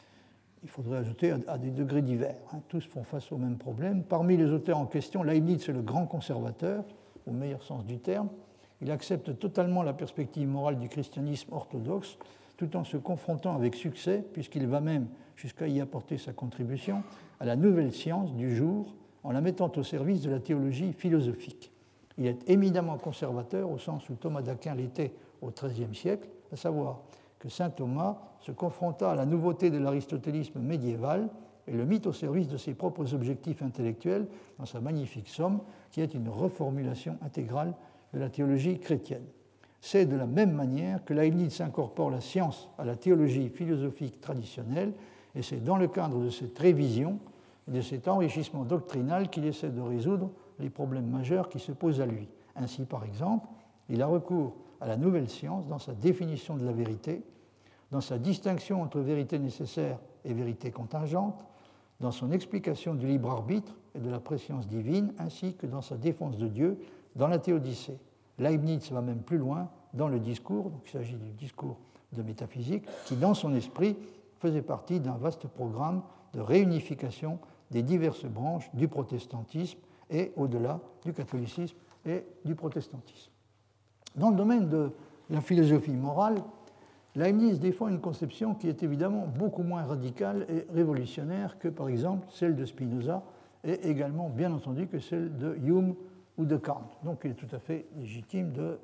Il faudrait ajouter à des degrés divers. Hein, tous font face au même problème. Parmi les auteurs en question, Leibniz est le grand conservateur, au meilleur sens du terme. Il accepte totalement la perspective morale du christianisme orthodoxe, tout en se confrontant avec succès, puisqu'il va même jusqu'à y apporter sa contribution, à la nouvelle science du jour, en la mettant au service de la théologie philosophique. Il est éminemment conservateur, au sens où Thomas d'Aquin l'était au treizième siècle, à savoir que saint Thomas se confronta à la nouveauté de l'aristotélisme médiéval et le mit au service de ses propres objectifs intellectuels dans sa magnifique Somme, qui est une reformulation intégrale de la théologie chrétienne. C'est de la même manière que Leibniz incorpore la science à la théologie philosophique traditionnelle, et c'est dans le cadre de cette révision et de cet enrichissement doctrinal qu'il essaie de résoudre les problèmes majeurs qui se posent à lui. Ainsi, par exemple, il a recours à la nouvelle science dans sa définition de la vérité, dans sa distinction entre vérité nécessaire et vérité contingente, dans son explication du libre arbitre et de la préscience divine, ainsi que dans sa défense de Dieu dans la Théodicée. Leibniz va même plus loin dans le discours, donc il s'agit du discours de métaphysique, qui dans son esprit faisait partie d'un vaste programme de réunification des diverses branches du protestantisme et au-delà du catholicisme et du protestantisme. Dans le domaine de la philosophie morale, Leibniz défend une conception qui est évidemment beaucoup moins radicale et révolutionnaire que, par exemple, celle de Spinoza et également, bien entendu, que celle de Hume ou de Kant. Donc il est tout à fait légitime de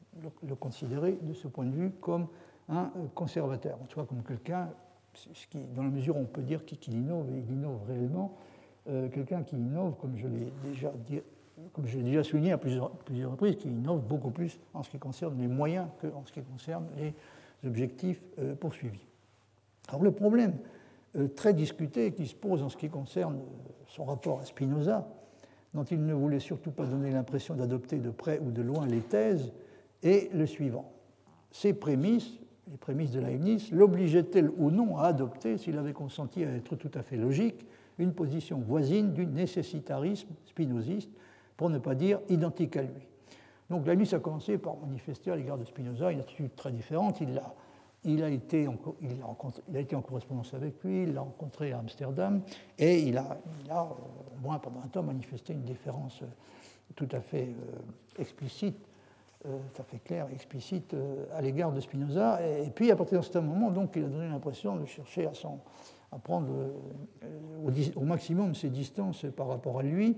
le considérer de ce point de vue comme un conservateur, en tout cas comme quelqu'un, qui, dans la mesure où on peut dire qu'il innove, et il innove réellement, euh, quelqu'un qui innove, comme je l'ai déjà dit, comme je l'ai déjà souligné à plusieurs, plusieurs reprises, qui innove beaucoup plus en ce qui concerne les moyens qu'en ce qui concerne les objectifs euh, poursuivis. Alors le problème euh, très discuté qui se pose en ce qui concerne son rapport à Spinoza, dont il ne voulait surtout pas donner l'impression d'adopter de près ou de loin les thèses, est le suivant. Ces prémices, les prémices de Leibniz, l'obligeaient-elles ou non à adopter, s'il avait consenti à être tout à fait logique, une position voisine du nécessitarisme spinoziste, pour ne pas dire identique à lui. Donc Leibniz a commencé par manifester à l'égard de Spinoza une attitude très différente. Il a, il a, été, en, il a, il a été en correspondance avec lui, il l'a rencontré à Amsterdam, et il a, il a, au moins pendant un temps, manifesté une différence tout à fait euh, explicite, euh, tout à fait claire et explicite euh, à l'égard de Spinoza. Et, et puis, à partir de ce moment, donc, il a donné l'impression de chercher à, son, à prendre euh, au, au maximum ses distances par rapport à lui.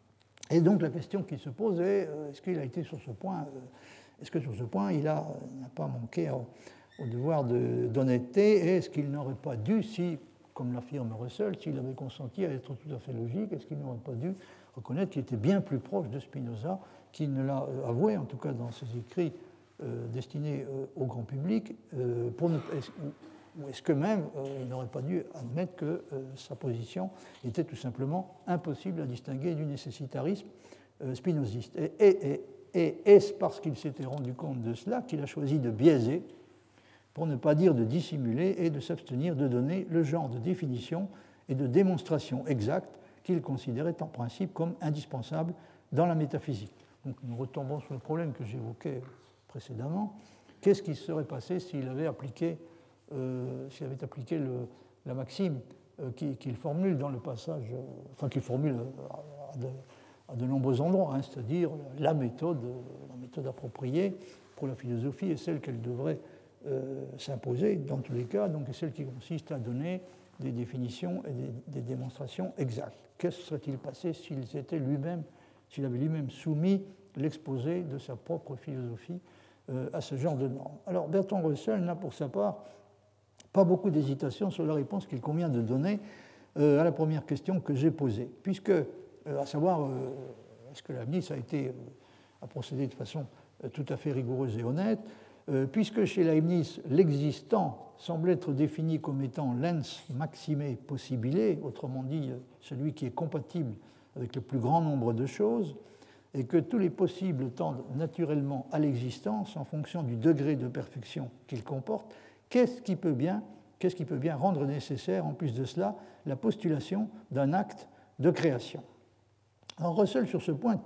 Et donc la question qui se pose est, est-ce qu'il a été sur ce point, est-ce que sur ce point il n'a pas manqué au, au devoir d'honnêteté, et est-ce qu'il n'aurait pas dû, si, comme l'affirme Russell, s'il avait consenti à être tout à fait logique, est-ce qu'il n'aurait pas dû reconnaître qu'il était bien plus proche de Spinoza, qu'il ne l'a avoué, en tout cas dans ses écrits euh, destinés euh, au grand public, euh, pour ne, est-ce, ou est-ce que même euh, il n'aurait pas dû admettre que euh, sa position était tout simplement impossible à distinguer du nécessitarisme euh, spinoziste. Et, et, et, et est-ce parce qu'il s'était rendu compte de cela qu'il a choisi de biaiser, pour ne pas dire de dissimuler, et de s'abstenir de donner le genre de définition et de démonstration exacte qu'il considérait en principe comme indispensable dans la métaphysique. Donc nous retombons sur le problème que j'évoquais précédemment. Qu'est-ce qui se serait passé s'il avait appliqué Euh, s'il avait appliqué le, la maxime euh, qu'il, qu'il formule dans le passage, euh, enfin qu'il formule à, à, de, à de nombreux endroits, hein, c'est-à-dire la méthode, la méthode appropriée pour la philosophie est celle qu'elle devrait euh, s'imposer dans tous les cas, donc est celle qui consiste à donner des définitions et des, des démonstrations exactes. Que serait-il passé s'il s'était lui-même, s'il avait lui-même soumis l'exposé de sa propre philosophie euh, à ce genre de normes? Alors Bertrand Russell n'a pour sa part pas beaucoup d'hésitation sur la réponse qu'il convient de donner euh, à la première question que j'ai posée, puisque, euh, à savoir, euh, est-ce que Leibniz a, été, euh, a procédé de façon euh, tout à fait rigoureuse et honnête, euh, puisque chez Leibniz, l'existant semble être défini comme étant l'ens maxime possibile, autrement dit, euh, celui qui est compatible avec le plus grand nombre de choses, et que tous les possibles tendent naturellement à l'existence en fonction du degré de perfection qu'ils comportent. Qu'est-ce qui peut bien, qu'est-ce qui peut bien rendre nécessaire, en plus de cela, la postulation d'un acte de création? Alors Russell, sur ce point,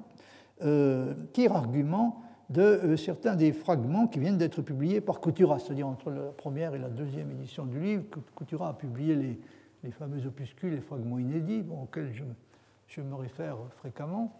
euh, tire argument de euh, certains des fragments qui viennent d'être publiés par Couturat, c'est-à-dire entre la première et la deuxième édition du livre. Couturat a publié les, les fameux opuscules, les fragments inédits, bon, auxquels je, je me réfère fréquemment.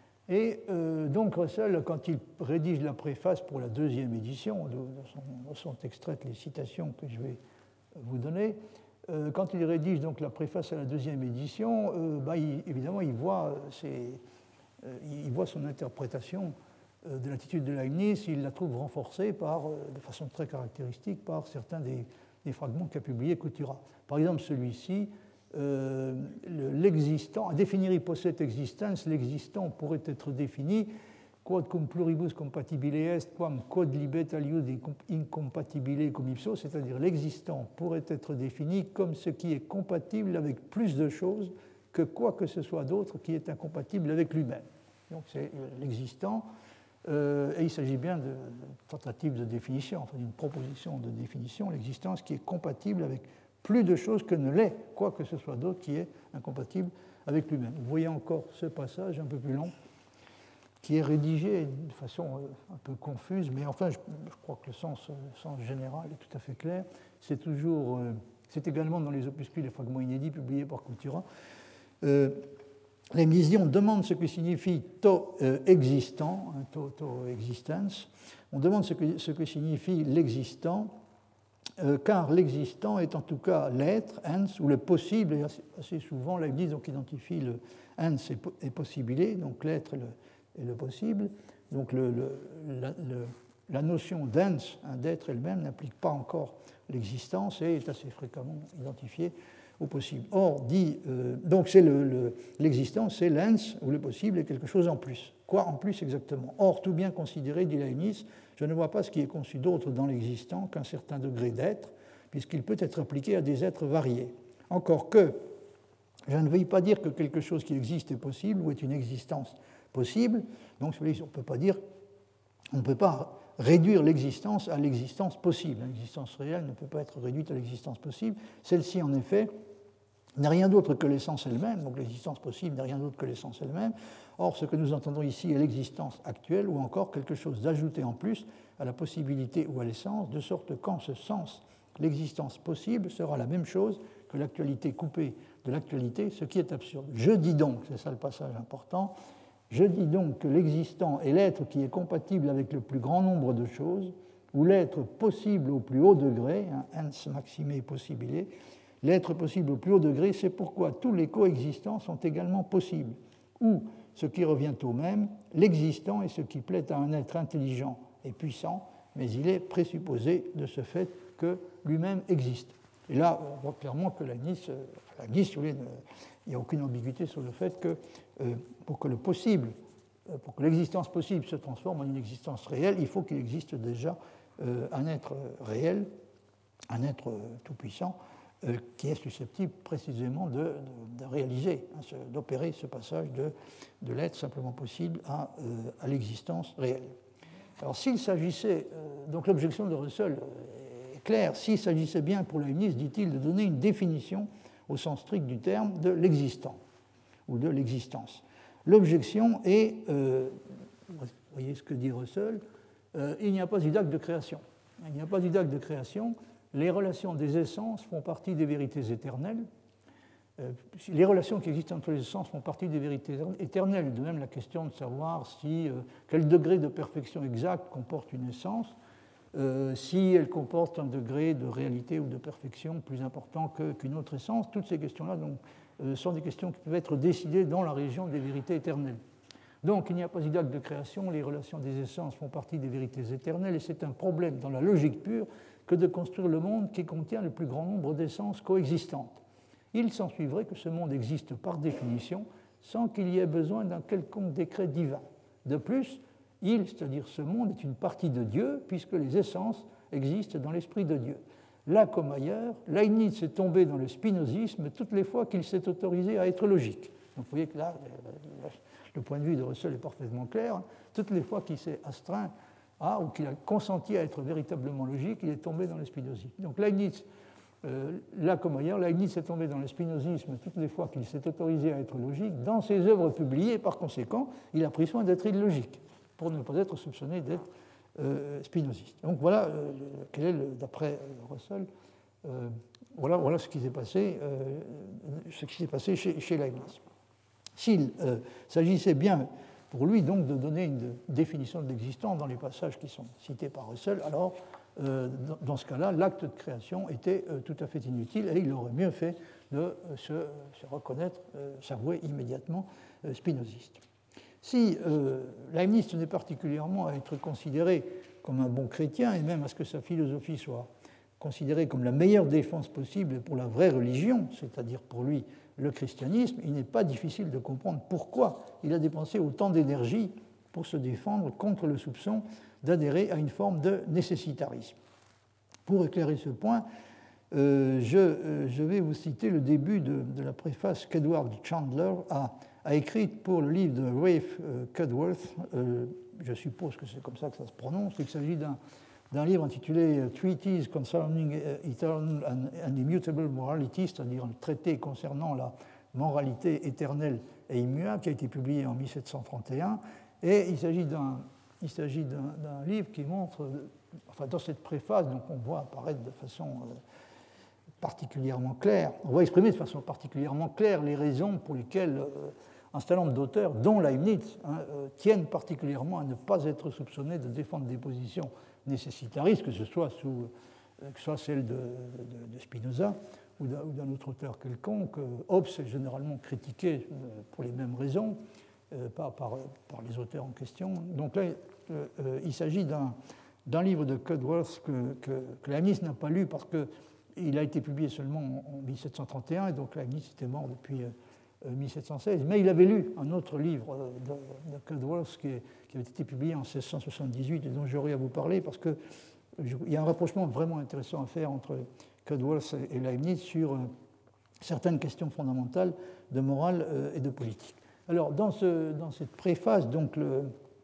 Et euh, donc Russell, quand il rédige la préface pour la deuxième édition, de, de son, de sont extraites les citations que je vais vous donner, euh, quand il rédige donc la préface à la deuxième édition, euh, bah, il, évidemment il voit, ses, euh, il voit son interprétation euh, de l'attitude de Leibniz, il la trouve renforcée par, euh, de façon très caractéristique par certains des, des fragments qu'a publié Couturat. Par exemple celui-ci, Euh, l'existant, à définir hypocète existence, l'existant pourrait être défini quod cum pluribus compatibile est, quam quod libet aliud incompatibile cum ipso, c'est-à-dire l'existant pourrait être défini comme ce qui est compatible avec plus de choses que quoi que ce soit d'autre qui est incompatible avec lui-même. Donc c'est l'existant, euh, et il s'agit bien de tentative de définition, enfin d'une proposition de définition, l'existence qui est compatible avec plus de choses que ne l'est quoi que ce soit d'autre qui est incompatible avec lui-même. Vous voyez encore ce passage un peu plus long, qui est rédigé de façon un peu confuse, mais enfin, je, je crois que le sens, le sens général est tout à fait clair. C'est toujours, euh, c'est également dans les opuscules, les fragments inédits publiés par Couturat. Euh, Leibniz dit, on demande ce que signifie to euh, existant, hein, to, to existence. On demande ce que, ce que signifie l'existant. Euh, car l'existant est en tout cas l'être, ens, ou le possible, et assez, assez souvent Leibniz donc, identifie le ens et, et possibile, donc l'être et le, et le possible. Donc le, le, la, le, la notion d'ens, hein, d'être elle-même, n'implique pas encore l'existence et est assez fréquemment identifiée au possible. Or, dit, euh, donc c'est le, le, l'existence, c'est l'ens, ou le possible, et quelque chose en plus. Quoi en plus exactement? Or, tout bien considéré, dit Leibniz, je ne vois pas ce qui est conçu d'autre dans l'existant qu'un certain degré d'être, puisqu'il peut être appliqué à des êtres variés. Encore que, je ne veuille pas dire que quelque chose qui existe est possible ou est une existence possible, donc on ne peut pas dire, on ne peut pas réduire l'existence à l'existence possible. L'existence réelle ne peut pas être réduite à l'existence possible. Celle-ci, en effet, n'est rien d'autre que l'essence elle-même, donc l'existence possible n'est rien d'autre que l'essence elle-même. Or, ce que nous entendons ici est l'existence actuelle, ou encore quelque chose d'ajouté en plus à la possibilité ou à l'essence, de sorte qu'en ce sens, l'existence possible sera la même chose que l'actualité coupée de l'actualité, ce qui est absurde. Je dis donc, c'est ça le passage important, je dis donc que l'existant est l'être qui est compatible avec le plus grand nombre de choses, ou l'être possible au plus haut degré, hein, ens maxime possibile, l'être possible au plus haut degré, c'est pourquoi tous les coexistants sont également possibles, ou, ce qui revient au même, l'existant est ce qui plaît à un être intelligent et puissant, mais il est présupposé de ce fait que lui-même existe. Et là, on voit clairement que Leibniz, enfin, Leibniz, si vous voulez, il n'y a aucune ambiguïté sur le fait que euh, pour que le possible, pour que l'existence possible se transforme en une existence réelle, il faut qu'il existe déjà euh, un être réel, un être euh, tout-puissant, euh, qui est susceptible précisément de, de, de réaliser, hein, ce, d'opérer ce passage de, de l'être simplement possible à, euh, à l'existence réelle. Alors s'il s'agissait, euh, donc l'objection de Russell est claire, s'il s'agissait bien pour Leibniz, dit-il, de donner une définition au sens strict du terme de l'existant ou de l'existence. L'objection est, euh, vous voyez ce que dit Russell, euh, il n'y a pas eu d'acte de création. Il n'y a pas eu d'acte de création. Les relations des essences font partie des vérités éternelles. Euh, les relations qui existent entre les essences font partie des vérités éternelles. De même, la question de savoir si, euh, quel degré de perfection exacte comporte une essence, euh, si elle comporte un degré de réalité ou de perfection plus important que, qu'une autre essence, toutes ces questions-là donc, euh, sont des questions qui peuvent être décidées dans la région des vérités éternelles. Donc, il n'y a pas eu d'acte de création, les relations des essences font partie des vérités éternelles, et c'est un problème dans la logique pure que de construire le monde qui contient le plus grand nombre d'essences coexistantes. Il s'ensuivrait que ce monde existe par définition sans qu'il y ait besoin d'un quelconque décret divin. De plus, il, c'est-à-dire ce monde, est une partie de Dieu puisque les essences existent dans l'esprit de Dieu. Là comme ailleurs, Leibniz est tombé dans le spinozisme toutes les fois qu'il s'est autorisé à être logique. Donc vous voyez que là, le point de vue de Russell est parfaitement clair. Toutes les fois qu'il s'est astreint à, ou qu'il a consenti à être véritablement logique, il est tombé dans le spinozisme. Donc Leibniz, euh, là comme ailleurs, Leibniz est tombé dans le spinozisme toutes les fois qu'il s'est autorisé à être logique. Dans ses œuvres publiées, par conséquent, il a pris soin d'être illogique pour ne pas être soupçonné d'être euh, spinoziste. Donc voilà, euh, quel est, le, d'après Russell, euh, voilà, voilà ce qui s'est passé, euh, ce qui s'est passé chez, chez Leibniz. S'il euh, s'agissait bien pour lui donc de donner une définition de l'existant dans les passages qui sont cités par Russell, alors euh, dans ce cas-là, l'acte de création était euh, tout à fait inutile et il aurait mieux fait de euh, se, se reconnaître, euh, s'avouer immédiatement euh, spinoziste. Si euh, Leibniz tenait particulièrement à être considéré comme un bon chrétien et même à ce que sa philosophie soit considérée comme la meilleure défense possible pour la vraie religion, c'est-à-dire pour lui le christianisme, il n'est pas difficile de comprendre pourquoi il a dépensé autant d'énergie pour se défendre contre le soupçon d'adhérer à une forme de nécessitarisme. Pour éclairer ce point, euh, je, euh, je vais vous citer le début de, de la préface qu'Edward Chandler a, a écrite pour le livre de Rafe euh, Cudworth. Euh, je suppose que c'est comme ça que ça se prononce. Il s'agit d'un d'un livre intitulé Treatise Concerning Eternal and Immutable Morality, c'est-à-dire un traité concernant la moralité éternelle et immuable, qui a été publié en mille sept cent trente et un. Et il s'agit d'un, il s'agit d'un, d'un livre qui montre, enfin dans cette préface, donc on voit apparaître de façon particulièrement claire, on voit exprimer de façon particulièrement claire les raisons pour lesquelles un certain nombre d'auteurs, dont Leibniz, hein, tiennent particulièrement à ne pas être soupçonnés de défendre des positions nécessitaristes, que ce soit, sous, que ce soit celle de, de, de Spinoza ou d'un, ou d'un autre auteur quelconque. Hobbes est généralement critiqué pour les mêmes raisons, euh, par, par, par les auteurs en question. Donc là, euh, euh, il s'agit d'un, d'un livre de Cudworth que, que, que Leibniz n'a pas lu parce qu'il a été publié seulement en, en mille sept cent trente et un, et donc Leibniz était mort depuis euh, mille sept cent seize. Mais il avait lu un autre livre de, de Cudworth qui, est, qui avait été publié en seize cent soixante-dix-huit et dont j'aurais à vous parler parce qu'il y a un rapprochement vraiment intéressant à faire entre Cudworth et Leibniz sur euh, certaines questions fondamentales de morale euh, et de politique. Alors, dans, ce, dans cette préface, donc, le,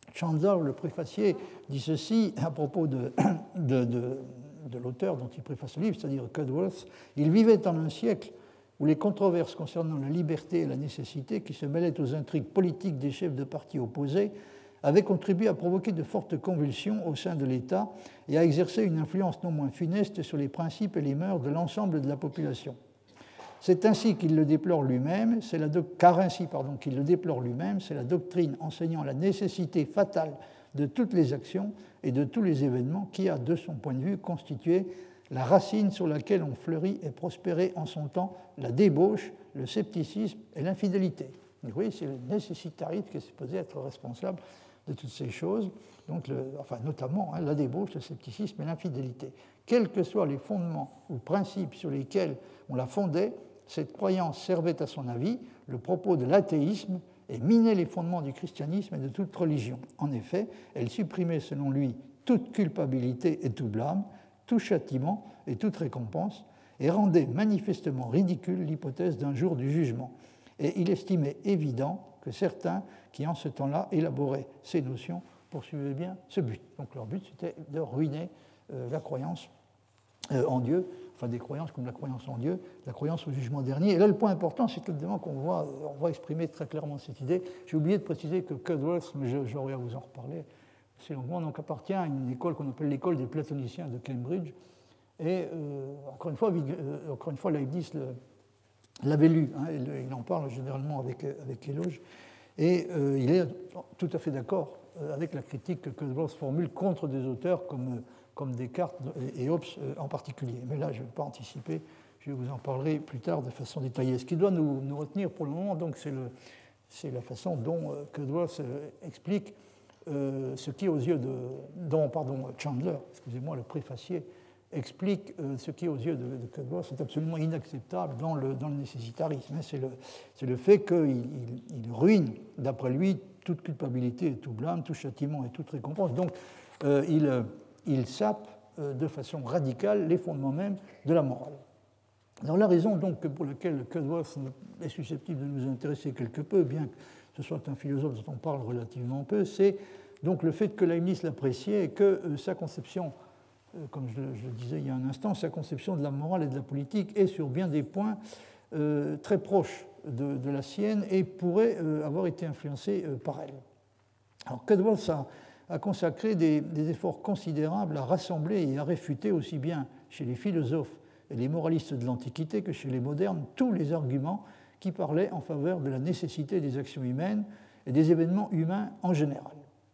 Chandler, le préfacier, dit ceci à propos de, de, de, de l'auteur dont il préface le livre, c'est-à-dire Cudworth. Il vivait en un siècle où les controverses concernant la liberté et la nécessité, qui se mêlaient aux intrigues politiques des chefs de partis opposés, avaient contribué à provoquer de fortes convulsions au sein de l'État et à exercer une influence non moins funeste sur les principes et les mœurs de l'ensemble de la population. C'est ainsi qu'il le déplore lui-même, c'est la do... car ainsi pardon, qu'il le déplore lui-même, c'est la doctrine enseignant la nécessité fatale de toutes les actions et de tous les événements qui a, de son point de vue, constitué la racine sur laquelle ont fleuri et prospéré en son temps la débauche, le scepticisme et l'infidélité. Vous voyez, c'est le nécessitarisme qui est supposé être responsable de toutes ces choses, donc le, enfin notamment hein, la débauche, le scepticisme et l'infidélité. Quels que soient les fondements ou principes sur lesquels on la fondait, cette croyance servait à son avis le propos de l'athéisme et minait les fondements du christianisme et de toute religion. En effet, elle supprimait selon lui toute culpabilité et tout blâme, tout châtiment et toute récompense, et rendait manifestement ridicule l'hypothèse d'un jour du jugement. Et il estimait évident que certains qui, en ce temps-là, élaboraient ces notions, poursuivaient bien ce but. Donc leur but, c'était de ruiner euh, la croyance euh, en Dieu, enfin des croyances comme la croyance en Dieu, la croyance au jugement dernier. Et là, le point important, c'est évidemment qu'on voit, on voit exprimer très clairement cette idée. J'ai oublié de préciser que Cudworth, mais j'aurai à vous en reparler assez longuement, donc appartient à une école qu'on appelle l'école des platoniciens de Cambridge. Et euh, encore une fois, euh, encore une fois Leibniz le, l'avait lu, hein, il, il en parle généralement avec, avec éloge, et euh, il est tout à fait d'accord avec la critique que Cudworth formule contre des auteurs comme, comme Descartes et Hobbes en particulier. Mais là, je ne vais pas anticiper, je vous en parlerai plus tard de façon détaillée. Ce qui doit nous, nous retenir pour le moment, donc, c'est, le, c'est la façon dont Cudworth explique euh, ce qui, aux yeux de, dont pardon, Chandler, excusez-moi, le préfacier, explique euh, ce qui, aux yeux de, de Cudworth, est absolument inacceptable dans le, dans le nécessitarisme. Hein. C'est, le, c'est le fait qu'il il, il ruine, d'après lui, toute culpabilité et tout blâme, tout châtiment et toute récompense. Donc, euh, il, il sape euh, de façon radicale les fondements même de la morale. Alors, la raison donc, pour laquelle Cudworth est susceptible de nous intéresser quelque peu, bien que ce soit un philosophe dont on parle relativement peu, c'est donc le fait que Leibniz l'appréciait et que euh, sa conception, comme je le disais il y a un instant, sa conception de la morale et de la politique est sur bien des points euh, très proche de, de la sienne et pourrait euh, avoir été influencée euh, par elle. Alors Cudworth a, a consacré des, des efforts considérables à rassembler et à réfuter aussi bien chez les philosophes et les moralistes de l'Antiquité que chez les modernes tous les arguments qui parlaient en faveur de la nécessité des actions humaines et des événements humains en général.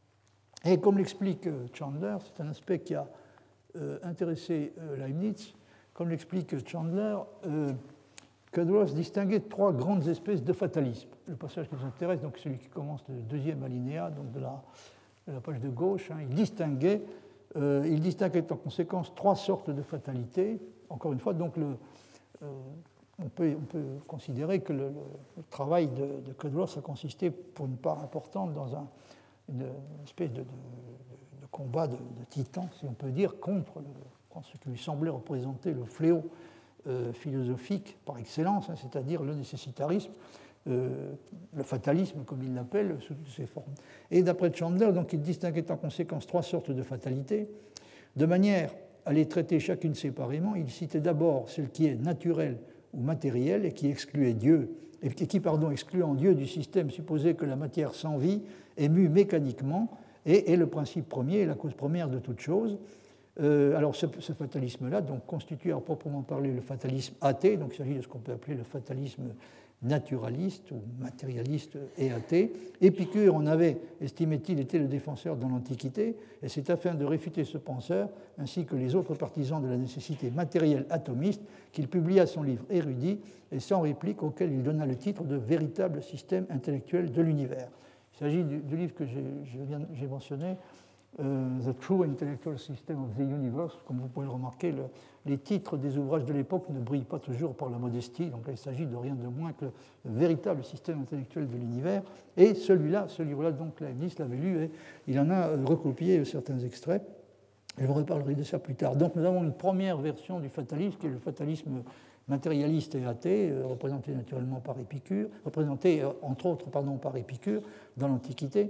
Et comme l'explique Chandler, c'est un aspect qui a Euh, intéressé euh, Leibniz, comme l'explique Chandler, euh, Cudworth distinguait trois grandes espèces de fatalisme. Le passage qui nous intéresse, donc celui qui commence le deuxième alinéa, donc de la, de la page de gauche, hein, il, distinguait, euh, il distinguait en conséquence trois sortes de fatalité. Encore une fois, donc le, euh, on, peut, on peut considérer que le, le travail de, de Cudworth a consisté pour une part importante dans un, une, une espèce de, de combat de, de titans, si on peut dire, contre, le, contre ce qui lui semblait représenter le fléau euh, philosophique par excellence, hein, c'est-à-dire le nécessitarisme, euh, le fatalisme, comme il l'appelle, sous toutes ses formes. Et d'après Chandler, donc, il distinguait en conséquence trois sortes de fatalités. De manière à les traiter chacune séparément, il citait d'abord celle qui est naturelle ou matérielle et qui excluait Dieu, et qui, pardon, excluant Dieu du système supposé que la matière sans vie est mue mécaniquement et est le principe premier et la cause première de toute chose. Euh, alors ce, ce fatalisme-là donc, constitue à proprement parler le fatalisme athée, donc il s'agit de ce qu'on peut appeler le fatalisme naturaliste ou matérialiste et athée. Épicure en avait, estimait-il, été le défenseur dans l'Antiquité, et c'est afin de réfuter ce penseur, ainsi que les autres partisans de la nécessité matérielle atomiste, qu'il publia son livre érudit et sans réplique auquel il donna le titre de « Véritable système intellectuel de l'univers ». Il s'agit du, du livre que j'ai, j'ai mentionné, euh, The True Intellectual System of the Universe. Comme vous pouvez le remarquer, le, les titres des ouvrages de l'époque ne brillent pas toujours par la modestie. Donc là, il s'agit de rien de moins que le véritable système intellectuel de l'univers. Et celui-là, ce livre-là, donc Leibniz l'avait lu et il en a recopié certains extraits. Je vous reparlerai de ça plus tard. Donc nous avons une première version du fatalisme, qui est le fatalisme matérialiste et athée, euh, représenté naturellement par Épicure, représenté euh, entre autres pardon, par Épicure dans l'Antiquité,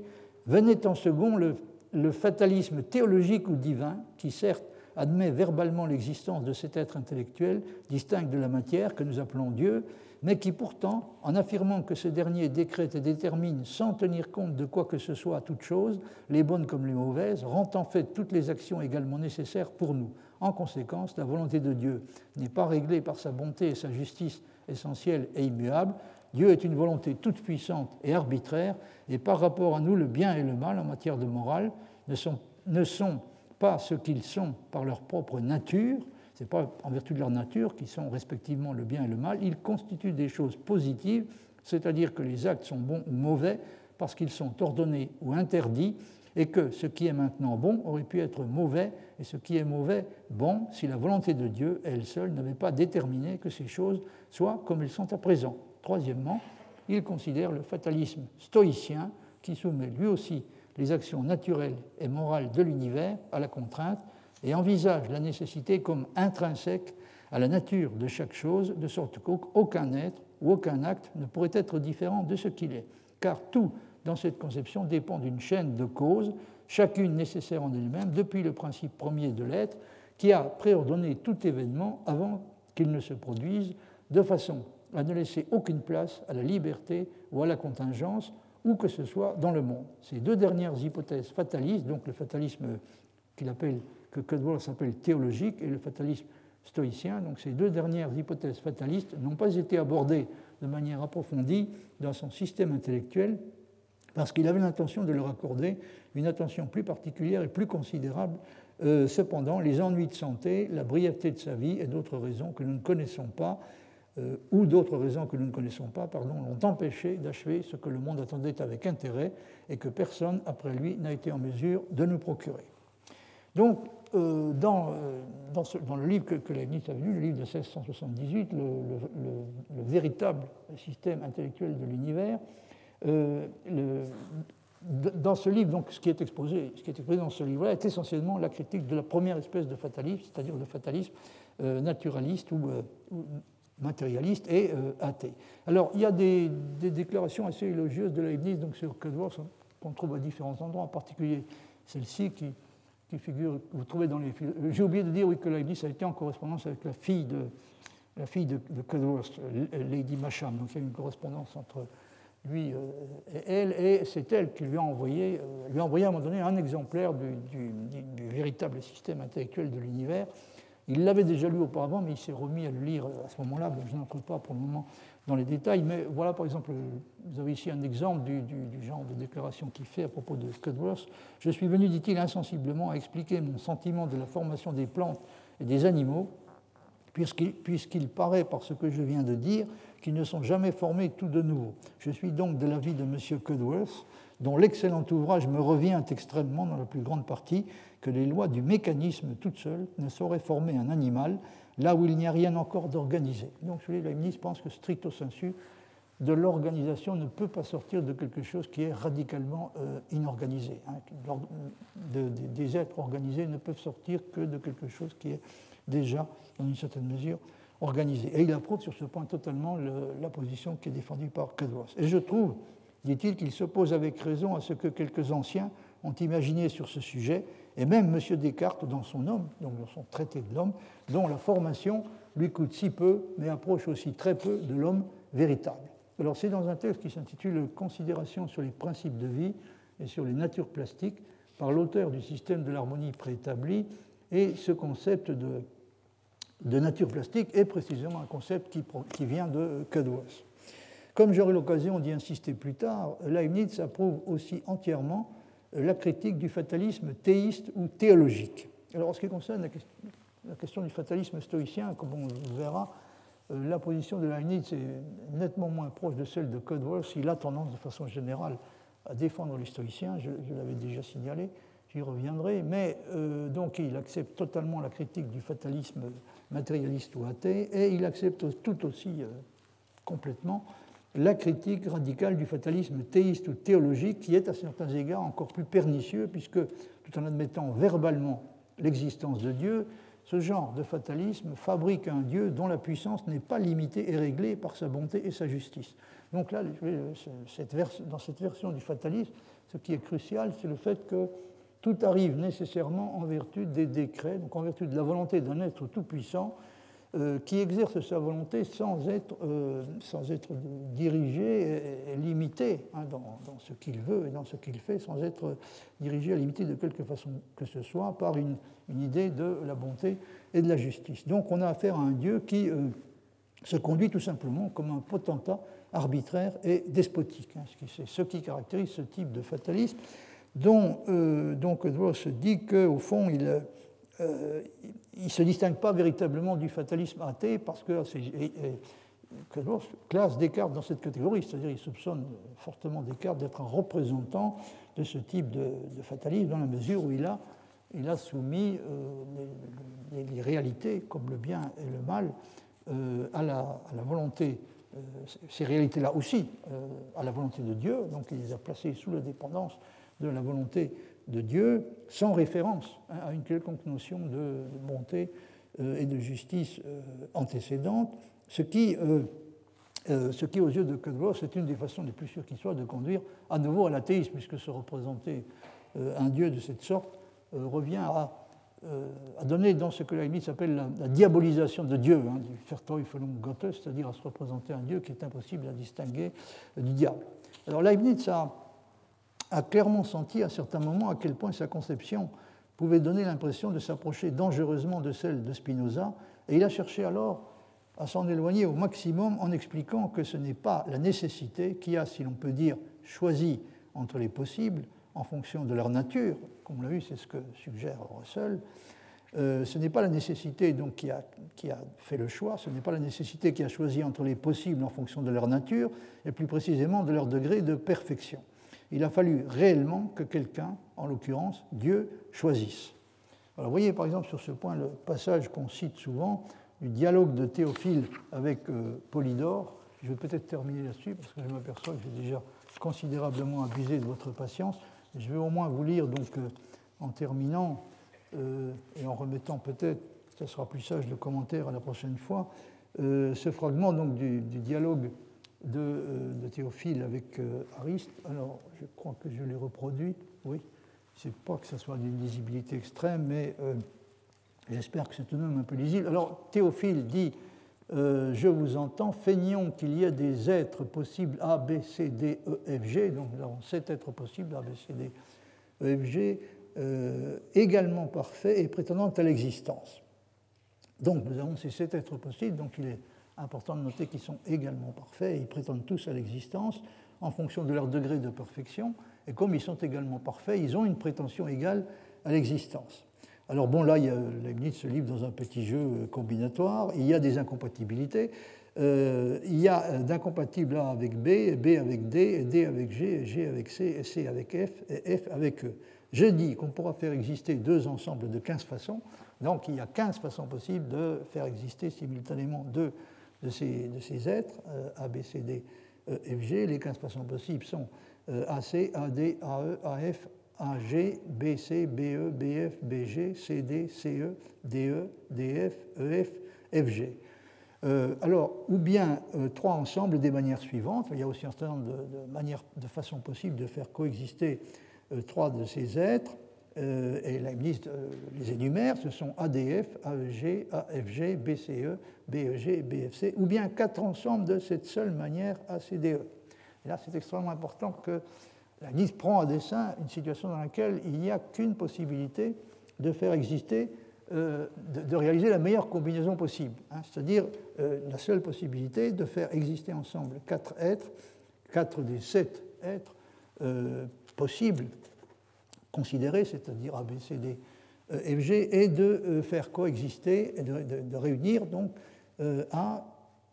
Venait en second le, le fatalisme théologique ou divin, qui certes admet verbalement l'existence de cet être intellectuel distinct de la matière que nous appelons Dieu, mais qui pourtant, en affirmant que ce dernier décrète et détermine sans tenir compte de quoi que ce soit à toute chose, les bonnes comme les mauvaises, rend en fait toutes les actions également nécessaires pour nous. En conséquence, la volonté de Dieu n'est pas réglée par sa bonté et sa justice essentielle et immuable. Dieu est une volonté toute puissante et arbitraire, et par rapport à nous, le bien et le mal en matière de morale ne sont, ne sont pas ce qu'ils sont par leur propre nature. Ce n'est pas en vertu de leur nature qui sont respectivement le bien et le mal. Ils constituent des choses positives, c'est-à-dire que les actes sont bons ou mauvais parce qu'ils sont ordonnés ou interdits, et que ce qui est maintenant bon aurait pu être mauvais, et ce qui est mauvais bon si la volonté de Dieu, elle seule, n'avait pas déterminé que ces choses soient comme elles sont à présent. Troisièmement, il considère le fatalisme stoïcien, qui soumet lui aussi les actions naturelles et morales de l'univers à la contrainte, et envisage la nécessité comme intrinsèque à la nature de chaque chose, de sorte qu'aucun être ou aucun acte ne pourrait être différent de ce qu'il est, car tout dans cette conception dépend d'une chaîne de causes, chacune nécessaire en elle-même, depuis le principe premier de l'être, qui a préordonné tout événement avant qu'il ne se produise, de façon à ne laisser aucune place à la liberté ou à la contingence, où que ce soit dans le monde. Ces deux dernières hypothèses fatalistes, donc le fatalisme qu'il appelle, que Cudworth appelle théologique, et le fatalisme stoïcien, donc ces deux dernières hypothèses fatalistes n'ont pas été abordées de manière approfondie dans son système intellectuel, parce qu'il avait l'intention de leur accorder une attention plus particulière et plus considérable. Euh, cependant, les ennuis de santé, la brièveté de sa vie et d'autres raisons que nous ne connaissons pas, euh, ou d'autres raisons que nous ne connaissons pas, pardon, l'ont empêché d'achever ce que le monde attendait avec intérêt et que personne après lui n'a été en mesure de nous procurer. Donc, euh, dans, euh, dans, ce, dans le livre que, que Leibniz a lu, le livre de seize cent soixante-dix-huit, le, le, le, le véritable système intellectuel de l'univers, Euh, le, dans ce livre, donc, ce qui est exposé, ce qui est exposé dans ce livre-là est essentiellement la critique de la première espèce de fatalisme, c'est-à-dire le fatalisme euh, naturaliste ou, euh, ou matérialiste et euh, athée. Alors, il y a des, des déclarations assez élogieuses de Leibniz donc, sur Cudworth qu'on trouve à différents endroits, en particulier celle-ci qui, qui figure, que vous trouvez dans les... J'ai oublié de dire oui, que Leibniz a été en correspondance avec la fille de, la fille de, de Cudworth, Lady Masham. Donc, il y a une correspondance entre lui et elle, et c'est elle qui lui a envoyé, euh, lui a envoyé à un moment donné un exemplaire du, du, du, du véritable système intellectuel de l'univers. Il l'avait déjà lu auparavant, mais il s'est remis à le lire à ce moment-là, donc je n'entre pas pour le moment dans les détails, mais voilà par exemple, vous avez ici un exemple du, du, du genre de déclaration qu'il fait à propos de Cudworth. « Je suis venu, dit-il, insensiblement à expliquer mon sentiment de la formation des plantes et des animaux, puisqu'il, puisqu'il paraît, par ce que je viens de dire, qui ne sont jamais formés tout de nouveau. Je suis donc de l'avis de M. Cudworth, dont l'excellent ouvrage me revient extrêmement dans la plus grande partie, que les lois du mécanisme toutes seules ne sauraient former un animal, là où il n'y a rien encore d'organisé. Donc, Leibniz pense que stricto sensu, de l'organisation ne peut pas sortir de quelque chose qui est radicalement euh, inorganisé. Hein. De, de, des êtres organisés ne peuvent sortir que de quelque chose qui est déjà, dans une certaine mesure, organisé. Et il approuve sur ce point totalement le, la position qui est défendue par Cudworth. Et je trouve, dit-il, qu'il s'oppose avec raison à ce que quelques anciens ont imaginé sur ce sujet, et même M. Descartes dans son Homme, donc dans son traité de l'homme, dont la formation lui coûte si peu, mais approche aussi très peu de l'homme véritable. Alors c'est dans un texte qui s'intitule « Considérations sur les principes de vie et sur les natures plastiques » par l'auteur du système de l'harmonie préétabli, et ce concept de de nature plastique est précisément un concept qui, qui vient de Cudworth. Comme j'aurai l'occasion d'y insister plus tard, Leibniz approuve aussi entièrement la critique du fatalisme théiste ou théologique. Alors, en ce qui concerne la question, la question du fatalisme stoïcien, comme on le verra, la position de Leibniz est nettement moins proche de celle de Cudworth. Il a tendance, de façon générale, à défendre les stoïciens, je, je l'avais déjà signalé, j'y reviendrai, mais euh, donc il accepte totalement la critique du fatalisme matérialiste ou athée, et il accepte tout aussi euh, complètement la critique radicale du fatalisme théiste ou théologique, qui est à certains égards encore plus pernicieux, puisque tout en admettant verbalement l'existence de Dieu, ce genre de fatalisme fabrique un Dieu dont la puissance n'est pas limitée et réglée par sa bonté et sa justice. Donc là, cette vers, dans cette version du fatalisme, ce qui est crucial, c'est le fait que tout arrive nécessairement en vertu des décrets, donc en vertu de la volonté d'un être tout-puissant euh, qui exerce sa volonté sans être, euh, sans être dirigé et, et limité hein, dans, dans ce qu'il veut et dans ce qu'il fait, sans être dirigé et limité de quelque façon que ce soit par une, une idée de la bonté et de la justice. Donc on a affaire à un Dieu qui euh, se conduit tout simplement comme un potentat arbitraire et despotique. Hein, c'est ce qui caractérise ce type de fatalisme dont euh, donc Edwards dit qu'au fond, il ne euh, se distingue pas véritablement du fatalisme athée parce que Edwards classe Descartes dans cette catégorie, c'est-à-dire il soupçonne fortement Descartes d'être un représentant de ce type de, de fatalisme dans la mesure où il a, il a soumis euh, les, les, les réalités, comme le bien et le mal, euh, à, la, à la volonté, euh, ces réalités-là aussi, euh, à la volonté de Dieu, donc il les a placées sous la dépendance de la volonté de Dieu, sans référence hein, à une quelconque notion de, de bonté euh, et de justice euh, antécédente, ce qui, euh, euh, ce qui, aux yeux de Edwards, c'est une des façons les plus sûres qui soit de conduire à nouveau à l'athéisme, puisque se représenter euh, un Dieu de cette sorte euh, revient à, euh, à donner dans ce que Leibniz appelle la, la diabolisation de Dieu, hein, du Verteufelung Gottes, c'est-à-dire à se représenter un Dieu qui est impossible à distinguer euh, du diable. Alors Leibniz a a clairement senti à certains moments à quel point sa conception pouvait donner l'impression de s'approcher dangereusement de celle de Spinoza, et il a cherché alors à s'en éloigner au maximum en expliquant que ce n'est pas la nécessité qui a, si l'on peut dire, choisi entre les possibles en fonction de leur nature, comme on l'a vu, c'est ce que suggère Russell, euh, ce n'est pas la nécessité donc, qui, a, qui a fait le choix, ce n'est pas la nécessité qui a choisi entre les possibles en fonction de leur nature, et plus précisément de leur degré de perfection. Il a fallu réellement que quelqu'un, en l'occurrence Dieu, choisisse. Alors, vous voyez par exemple sur ce point le passage qu'on cite souvent du dialogue de Théophile avec euh, Polydore. Je vais peut-être terminer là-dessus parce que je m'aperçois que j'ai déjà considérablement abusé de votre patience. Je vais au moins vous lire, donc, euh, en terminant euh, et en remettant peut-être, ça sera plus sage le commentaire à la prochaine fois, euh, ce fragment donc, du, du dialogue De, euh, de Théophile avec euh, Ariste. Alors, je crois que je l'ai reproduit. Oui, je ne sais pas que ce soit d'une lisibilité extrême, mais euh, j'espère que c'est tout de même un peu lisible. Alors, Théophile dit euh, « Je vous entends, feignons qu'il y a des êtres possibles A, B, C, D, E, F, G. » Donc, nous avons sept êtres possibles, A, B, C, D, E, F, G, euh, également parfaits et prétendant à l'existence. Donc, nous avons ces sept êtres possibles, donc il est important de noter qu'ils sont également parfaits et ils prétendent tous à l'existence en fonction de leur degré de perfection. Et comme ils sont également parfaits, ils ont une prétention égale à l'existence. Alors bon, là, il y a, Leibniz se livre dans un petit jeu combinatoire. Il y a des incompatibilités. Euh, il y a d'incompatibles A avec B, B avec D, D avec G, G avec C, et C avec F, et F avec E. Je dis qu'on pourra faire exister deux ensembles de quinze façons. Donc il y a quinze façons possibles de faire exister simultanément deux de ces, de ces êtres, euh, A, B, C, D, E, F, G. Les quinze façons possibles sont euh, A, C, A, D, A, E, A, F, A, G, B, C, B, E, B, F, B, G, C, D, C, E, D, E, D, F, E, F, F, G. Euh, alors, ou bien euh, trois ensembles des manières suivantes. Il y a aussi un certain nombre de, de manières, de façons possibles de faire coexister euh, trois de ces êtres. Euh, et Leibniz euh, les énumère, ce sont A D F, A E G, A F G, B C E, B E G, B F C, ou bien quatre ensembles de cette seule manière A C D E. Et là, c'est extrêmement important que Leibniz prend à dessein une situation dans laquelle il n'y a qu'une possibilité de faire exister, euh, de, de réaliser la meilleure combinaison possible, hein, c'est-à-dire euh, la seule possibilité de faire exister ensemble quatre êtres, quatre des sept êtres euh, possibles considérés, c'est-à-dire A, B, C, D, E, F, G, et de euh, faire coexister, et de, de, de réunir donc euh, A,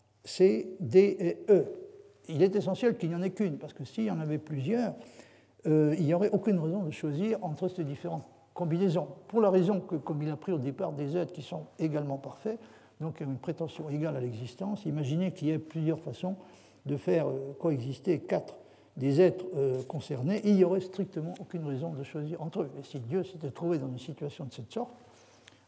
C, D et E. Il est essentiel qu'il n'y en ait qu'une, parce que s'il y en avait plusieurs, euh, il n'y aurait aucune raison de choisir entre ces différentes combinaisons, pour la raison que, comme il a pris au départ des êtres qui sont également parfaits, donc une prétention égale à l'existence, imaginez qu'il y ait plusieurs façons de faire euh, coexister quatre des êtres euh, concernés, il n'y aurait strictement aucune raison de choisir entre eux. Et si Dieu s'était trouvé dans une situation de cette sorte,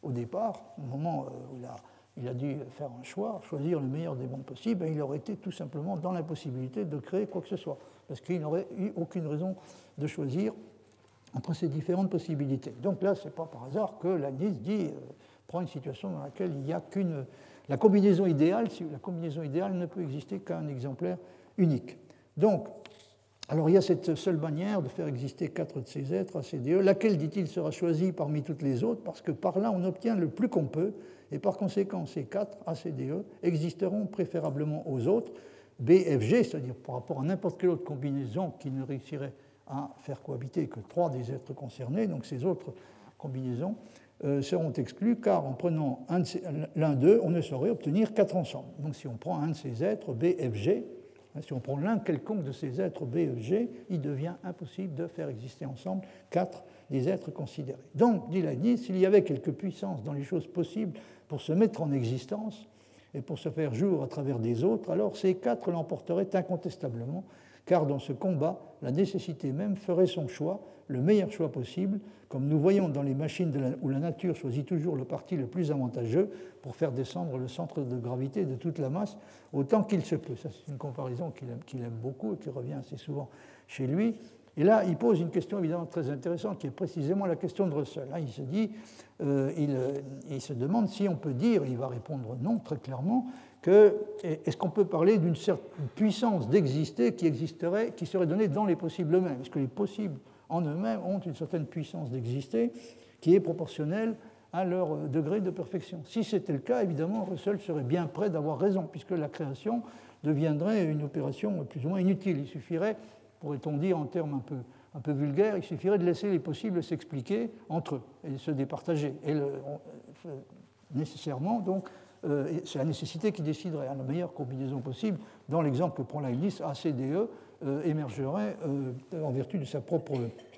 au départ, au moment où il a, il a dû faire un choix, choisir le meilleur des mondes possibles, il aurait été tout simplement dans l'impossibilité de créer quoi que ce soit, parce qu'il n'aurait eu aucune raison de choisir entre ces différentes possibilités. Donc là, ce n'est pas par hasard que Leibniz dit, euh, prend une situation dans laquelle il n'y a qu'une... La combinaison idéale, si la combinaison idéale ne peut exister qu'un exemplaire unique. Donc, alors il y a cette seule manière de faire exister quatre de ces êtres, A C D E, laquelle, dit-il, sera choisie parmi toutes les autres, parce que par là, on obtient le plus qu'on peut, et par conséquent, ces quatre A C D E existeront préférablement aux autres, B F G, c'est-à-dire par rapport à n'importe quelle autre combinaison qui ne réussirait à faire cohabiter que trois des êtres concernés, donc ces autres combinaisons euh, seront exclues, car en prenant l'un d'eux, on ne saurait obtenir quatre ensemble. Donc si on prend un de ces êtres, B F G, si on prend l'un quelconque de ces êtres B F G, il devient impossible de faire exister ensemble quatre des êtres considérés. Donc, dit Leibniz, s'il y avait quelque puissance dans les choses possibles pour se mettre en existence et pour se faire jour à travers des autres, alors ces quatre l'emporteraient incontestablement, car dans ce combat, la nécessité même ferait son choix, le meilleur choix possible, comme nous voyons dans les machines de la, où la nature choisit toujours le parti le plus avantageux pour faire descendre le centre de gravité de toute la masse autant qu'il se peut. Ça, c'est une comparaison qu'il aime, qu'il aime beaucoup et qui revient assez souvent chez lui. Et là, il pose une question évidemment très intéressante qui est précisément la question de Russell. Là, il se dit, euh, il, il se demande si on peut dire, et il va répondre non très clairement, que est-ce qu'on peut parler d'une certaine puissance d'exister qui existerait, qui serait donnée dans les possibles eux-mêmes? Est-ce que les possibles en eux-mêmes ont une certaine puissance d'exister qui est proportionnelle à leur degré de perfection? Si c'était le cas, évidemment, Russell serait bien près d'avoir raison, puisque la création deviendrait une opération plus ou moins inutile. Il suffirait, pourrait-on dire en termes un peu, un peu vulgaires, il suffirait de laisser les possibles s'expliquer entre eux et se départager. Et le, on, nécessairement, donc, euh, c'est la nécessité qui déciderait. La meilleure combinaison possible, dans l'exemple que prend Leibniz, A C D E euh, émergerait euh, en vertu de sa propre,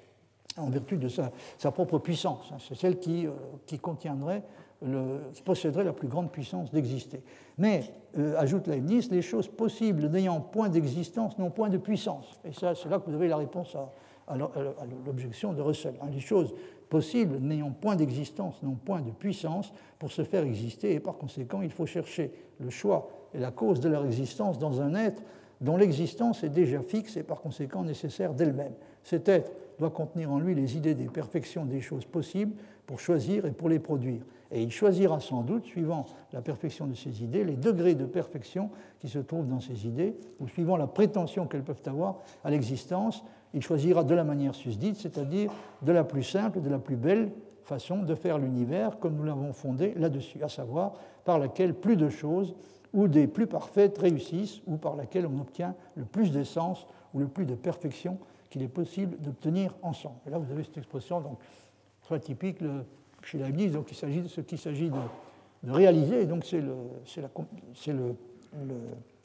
en vertu de sa, sa propre puissance. C'est celle qui, euh, qui contiendrait, le, qui posséderait la plus grande puissance d'exister. Mais, euh, ajoute Leibniz, les choses possibles n'ayant point d'existence n'ont point de puissance. Et ça, c'est là que vous avez la réponse à, à l'objection de Russell. Les choses possibles n'ayant point d'existence n'ont point de puissance pour se faire exister, et par conséquent, il faut chercher le choix et la cause de leur existence dans un être dont l'existence est déjà fixe et par conséquent nécessaire d'elle-même. Cet être doit contenir en lui les idées des perfections des choses possibles pour choisir et pour les produire. Et il choisira sans doute, suivant la perfection de ces idées, les degrés de perfection qui se trouvent dans ces idées, ou suivant la prétention qu'elles peuvent avoir à l'existence, il choisira de la manière susdite, c'est-à-dire de la plus simple, de la plus belle façon de faire l'univers, comme nous l'avons fondé là-dessus, à savoir par laquelle plus de choses ou des plus parfaites réussissent, ou par laquelle on obtient le plus d'essence ou le plus de perfection qu'il est possible d'obtenir ensemble. Et là, vous avez cette expression donc, très typique le, chez Leibniz, donc il s'agit de ce qu'il s'agit de, de réaliser, et donc c'est le, c'est la, c'est le, le,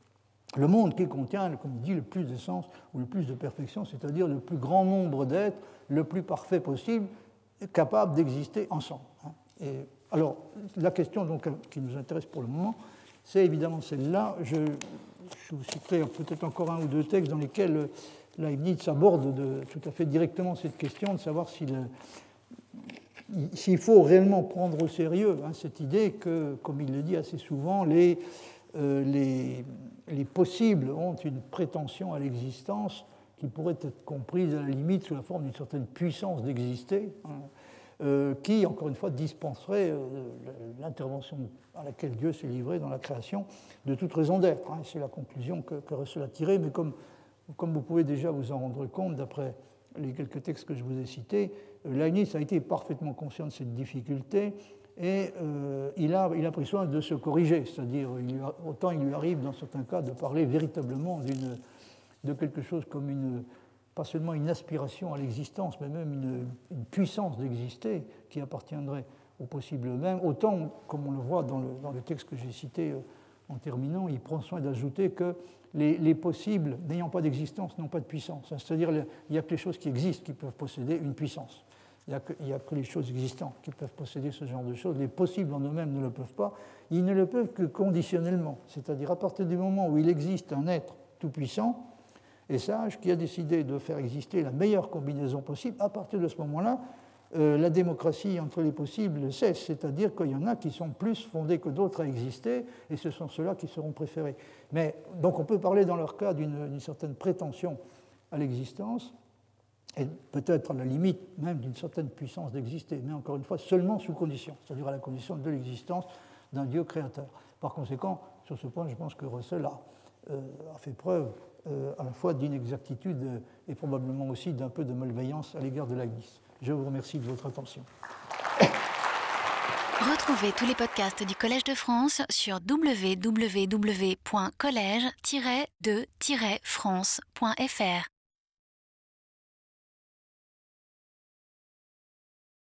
le monde qui contient, comme il dit, le plus d'essence ou le plus de perfection, c'est-à-dire le plus grand nombre d'êtres, le plus parfait possible, capable d'exister ensemble. Et alors, la question donc, qui nous intéresse pour le moment, c'est évidemment celle-là. Je, je vous citerai peut-être encore un ou deux textes dans lesquels Leibniz aborde de, tout à fait directement cette question de savoir s'il, s'il faut réellement prendre au sérieux hein, cette idée que, comme il le dit assez souvent, les, euh, les, les possibles ont une prétention à l'existence qui pourrait être comprise à la limite sous la forme d'une certaine puissance d'exister, hein, euh, qui, encore une fois, dispenserait euh, l'intervention à laquelle Dieu s'est livré dans la création de toute raison d'être. Hein. C'est la conclusion que, que Russell a tirée, mais comme, comme vous pouvez déjà vous en rendre compte, d'après les quelques textes que je vous ai cités, Leibniz a été parfaitement conscient de cette difficulté et euh, il, a, il a pris soin de se corriger, c'est-à-dire il lui a, autant il lui arrive dans certains cas de parler véritablement d'une, de quelque chose comme une, pas seulement une aspiration à l'existence, mais même une, une puissance d'exister qui appartiendrait au possible même, autant, comme on le voit dans le, dans le texte que j'ai cité en terminant, il prend soin d'ajouter que les, les possibles n'ayant pas d'existence n'ont pas de puissance. C'est-à-dire qu'il n'y a que les choses qui existent qui peuvent posséder une puissance. Il n'y a, a que les choses existantes qui peuvent posséder ce genre de choses. Les possibles en eux-mêmes ne le peuvent pas. Ils ne le peuvent que conditionnellement. C'est-à-dire à partir du moment où il existe un être tout-puissant et sage qui a décidé de faire exister la meilleure combinaison possible, à partir de ce moment-là, euh, la démocratie entre les possibles cesse, c'est-à-dire qu'il y en a qui sont plus fondés que d'autres à exister, et ce sont ceux-là qui seront préférés. Mais, donc on peut parler dans leur cas d'une, d'une certaine prétention à l'existence, et peut-être à la limite même d'une certaine puissance d'exister, mais encore une fois seulement sous condition, c'est-à-dire à la condition de l'existence d'un Dieu créateur. Par conséquent, sur ce point, je pense que Russell a, euh, a fait preuve euh, à la fois d'inexactitude et probablement aussi d'un peu de malveillance à l'égard de Leibniz. Je vous remercie de votre attention. Retrouvez tous les podcasts du Collège de France sur w w w point collège tiret de tiret france point f r.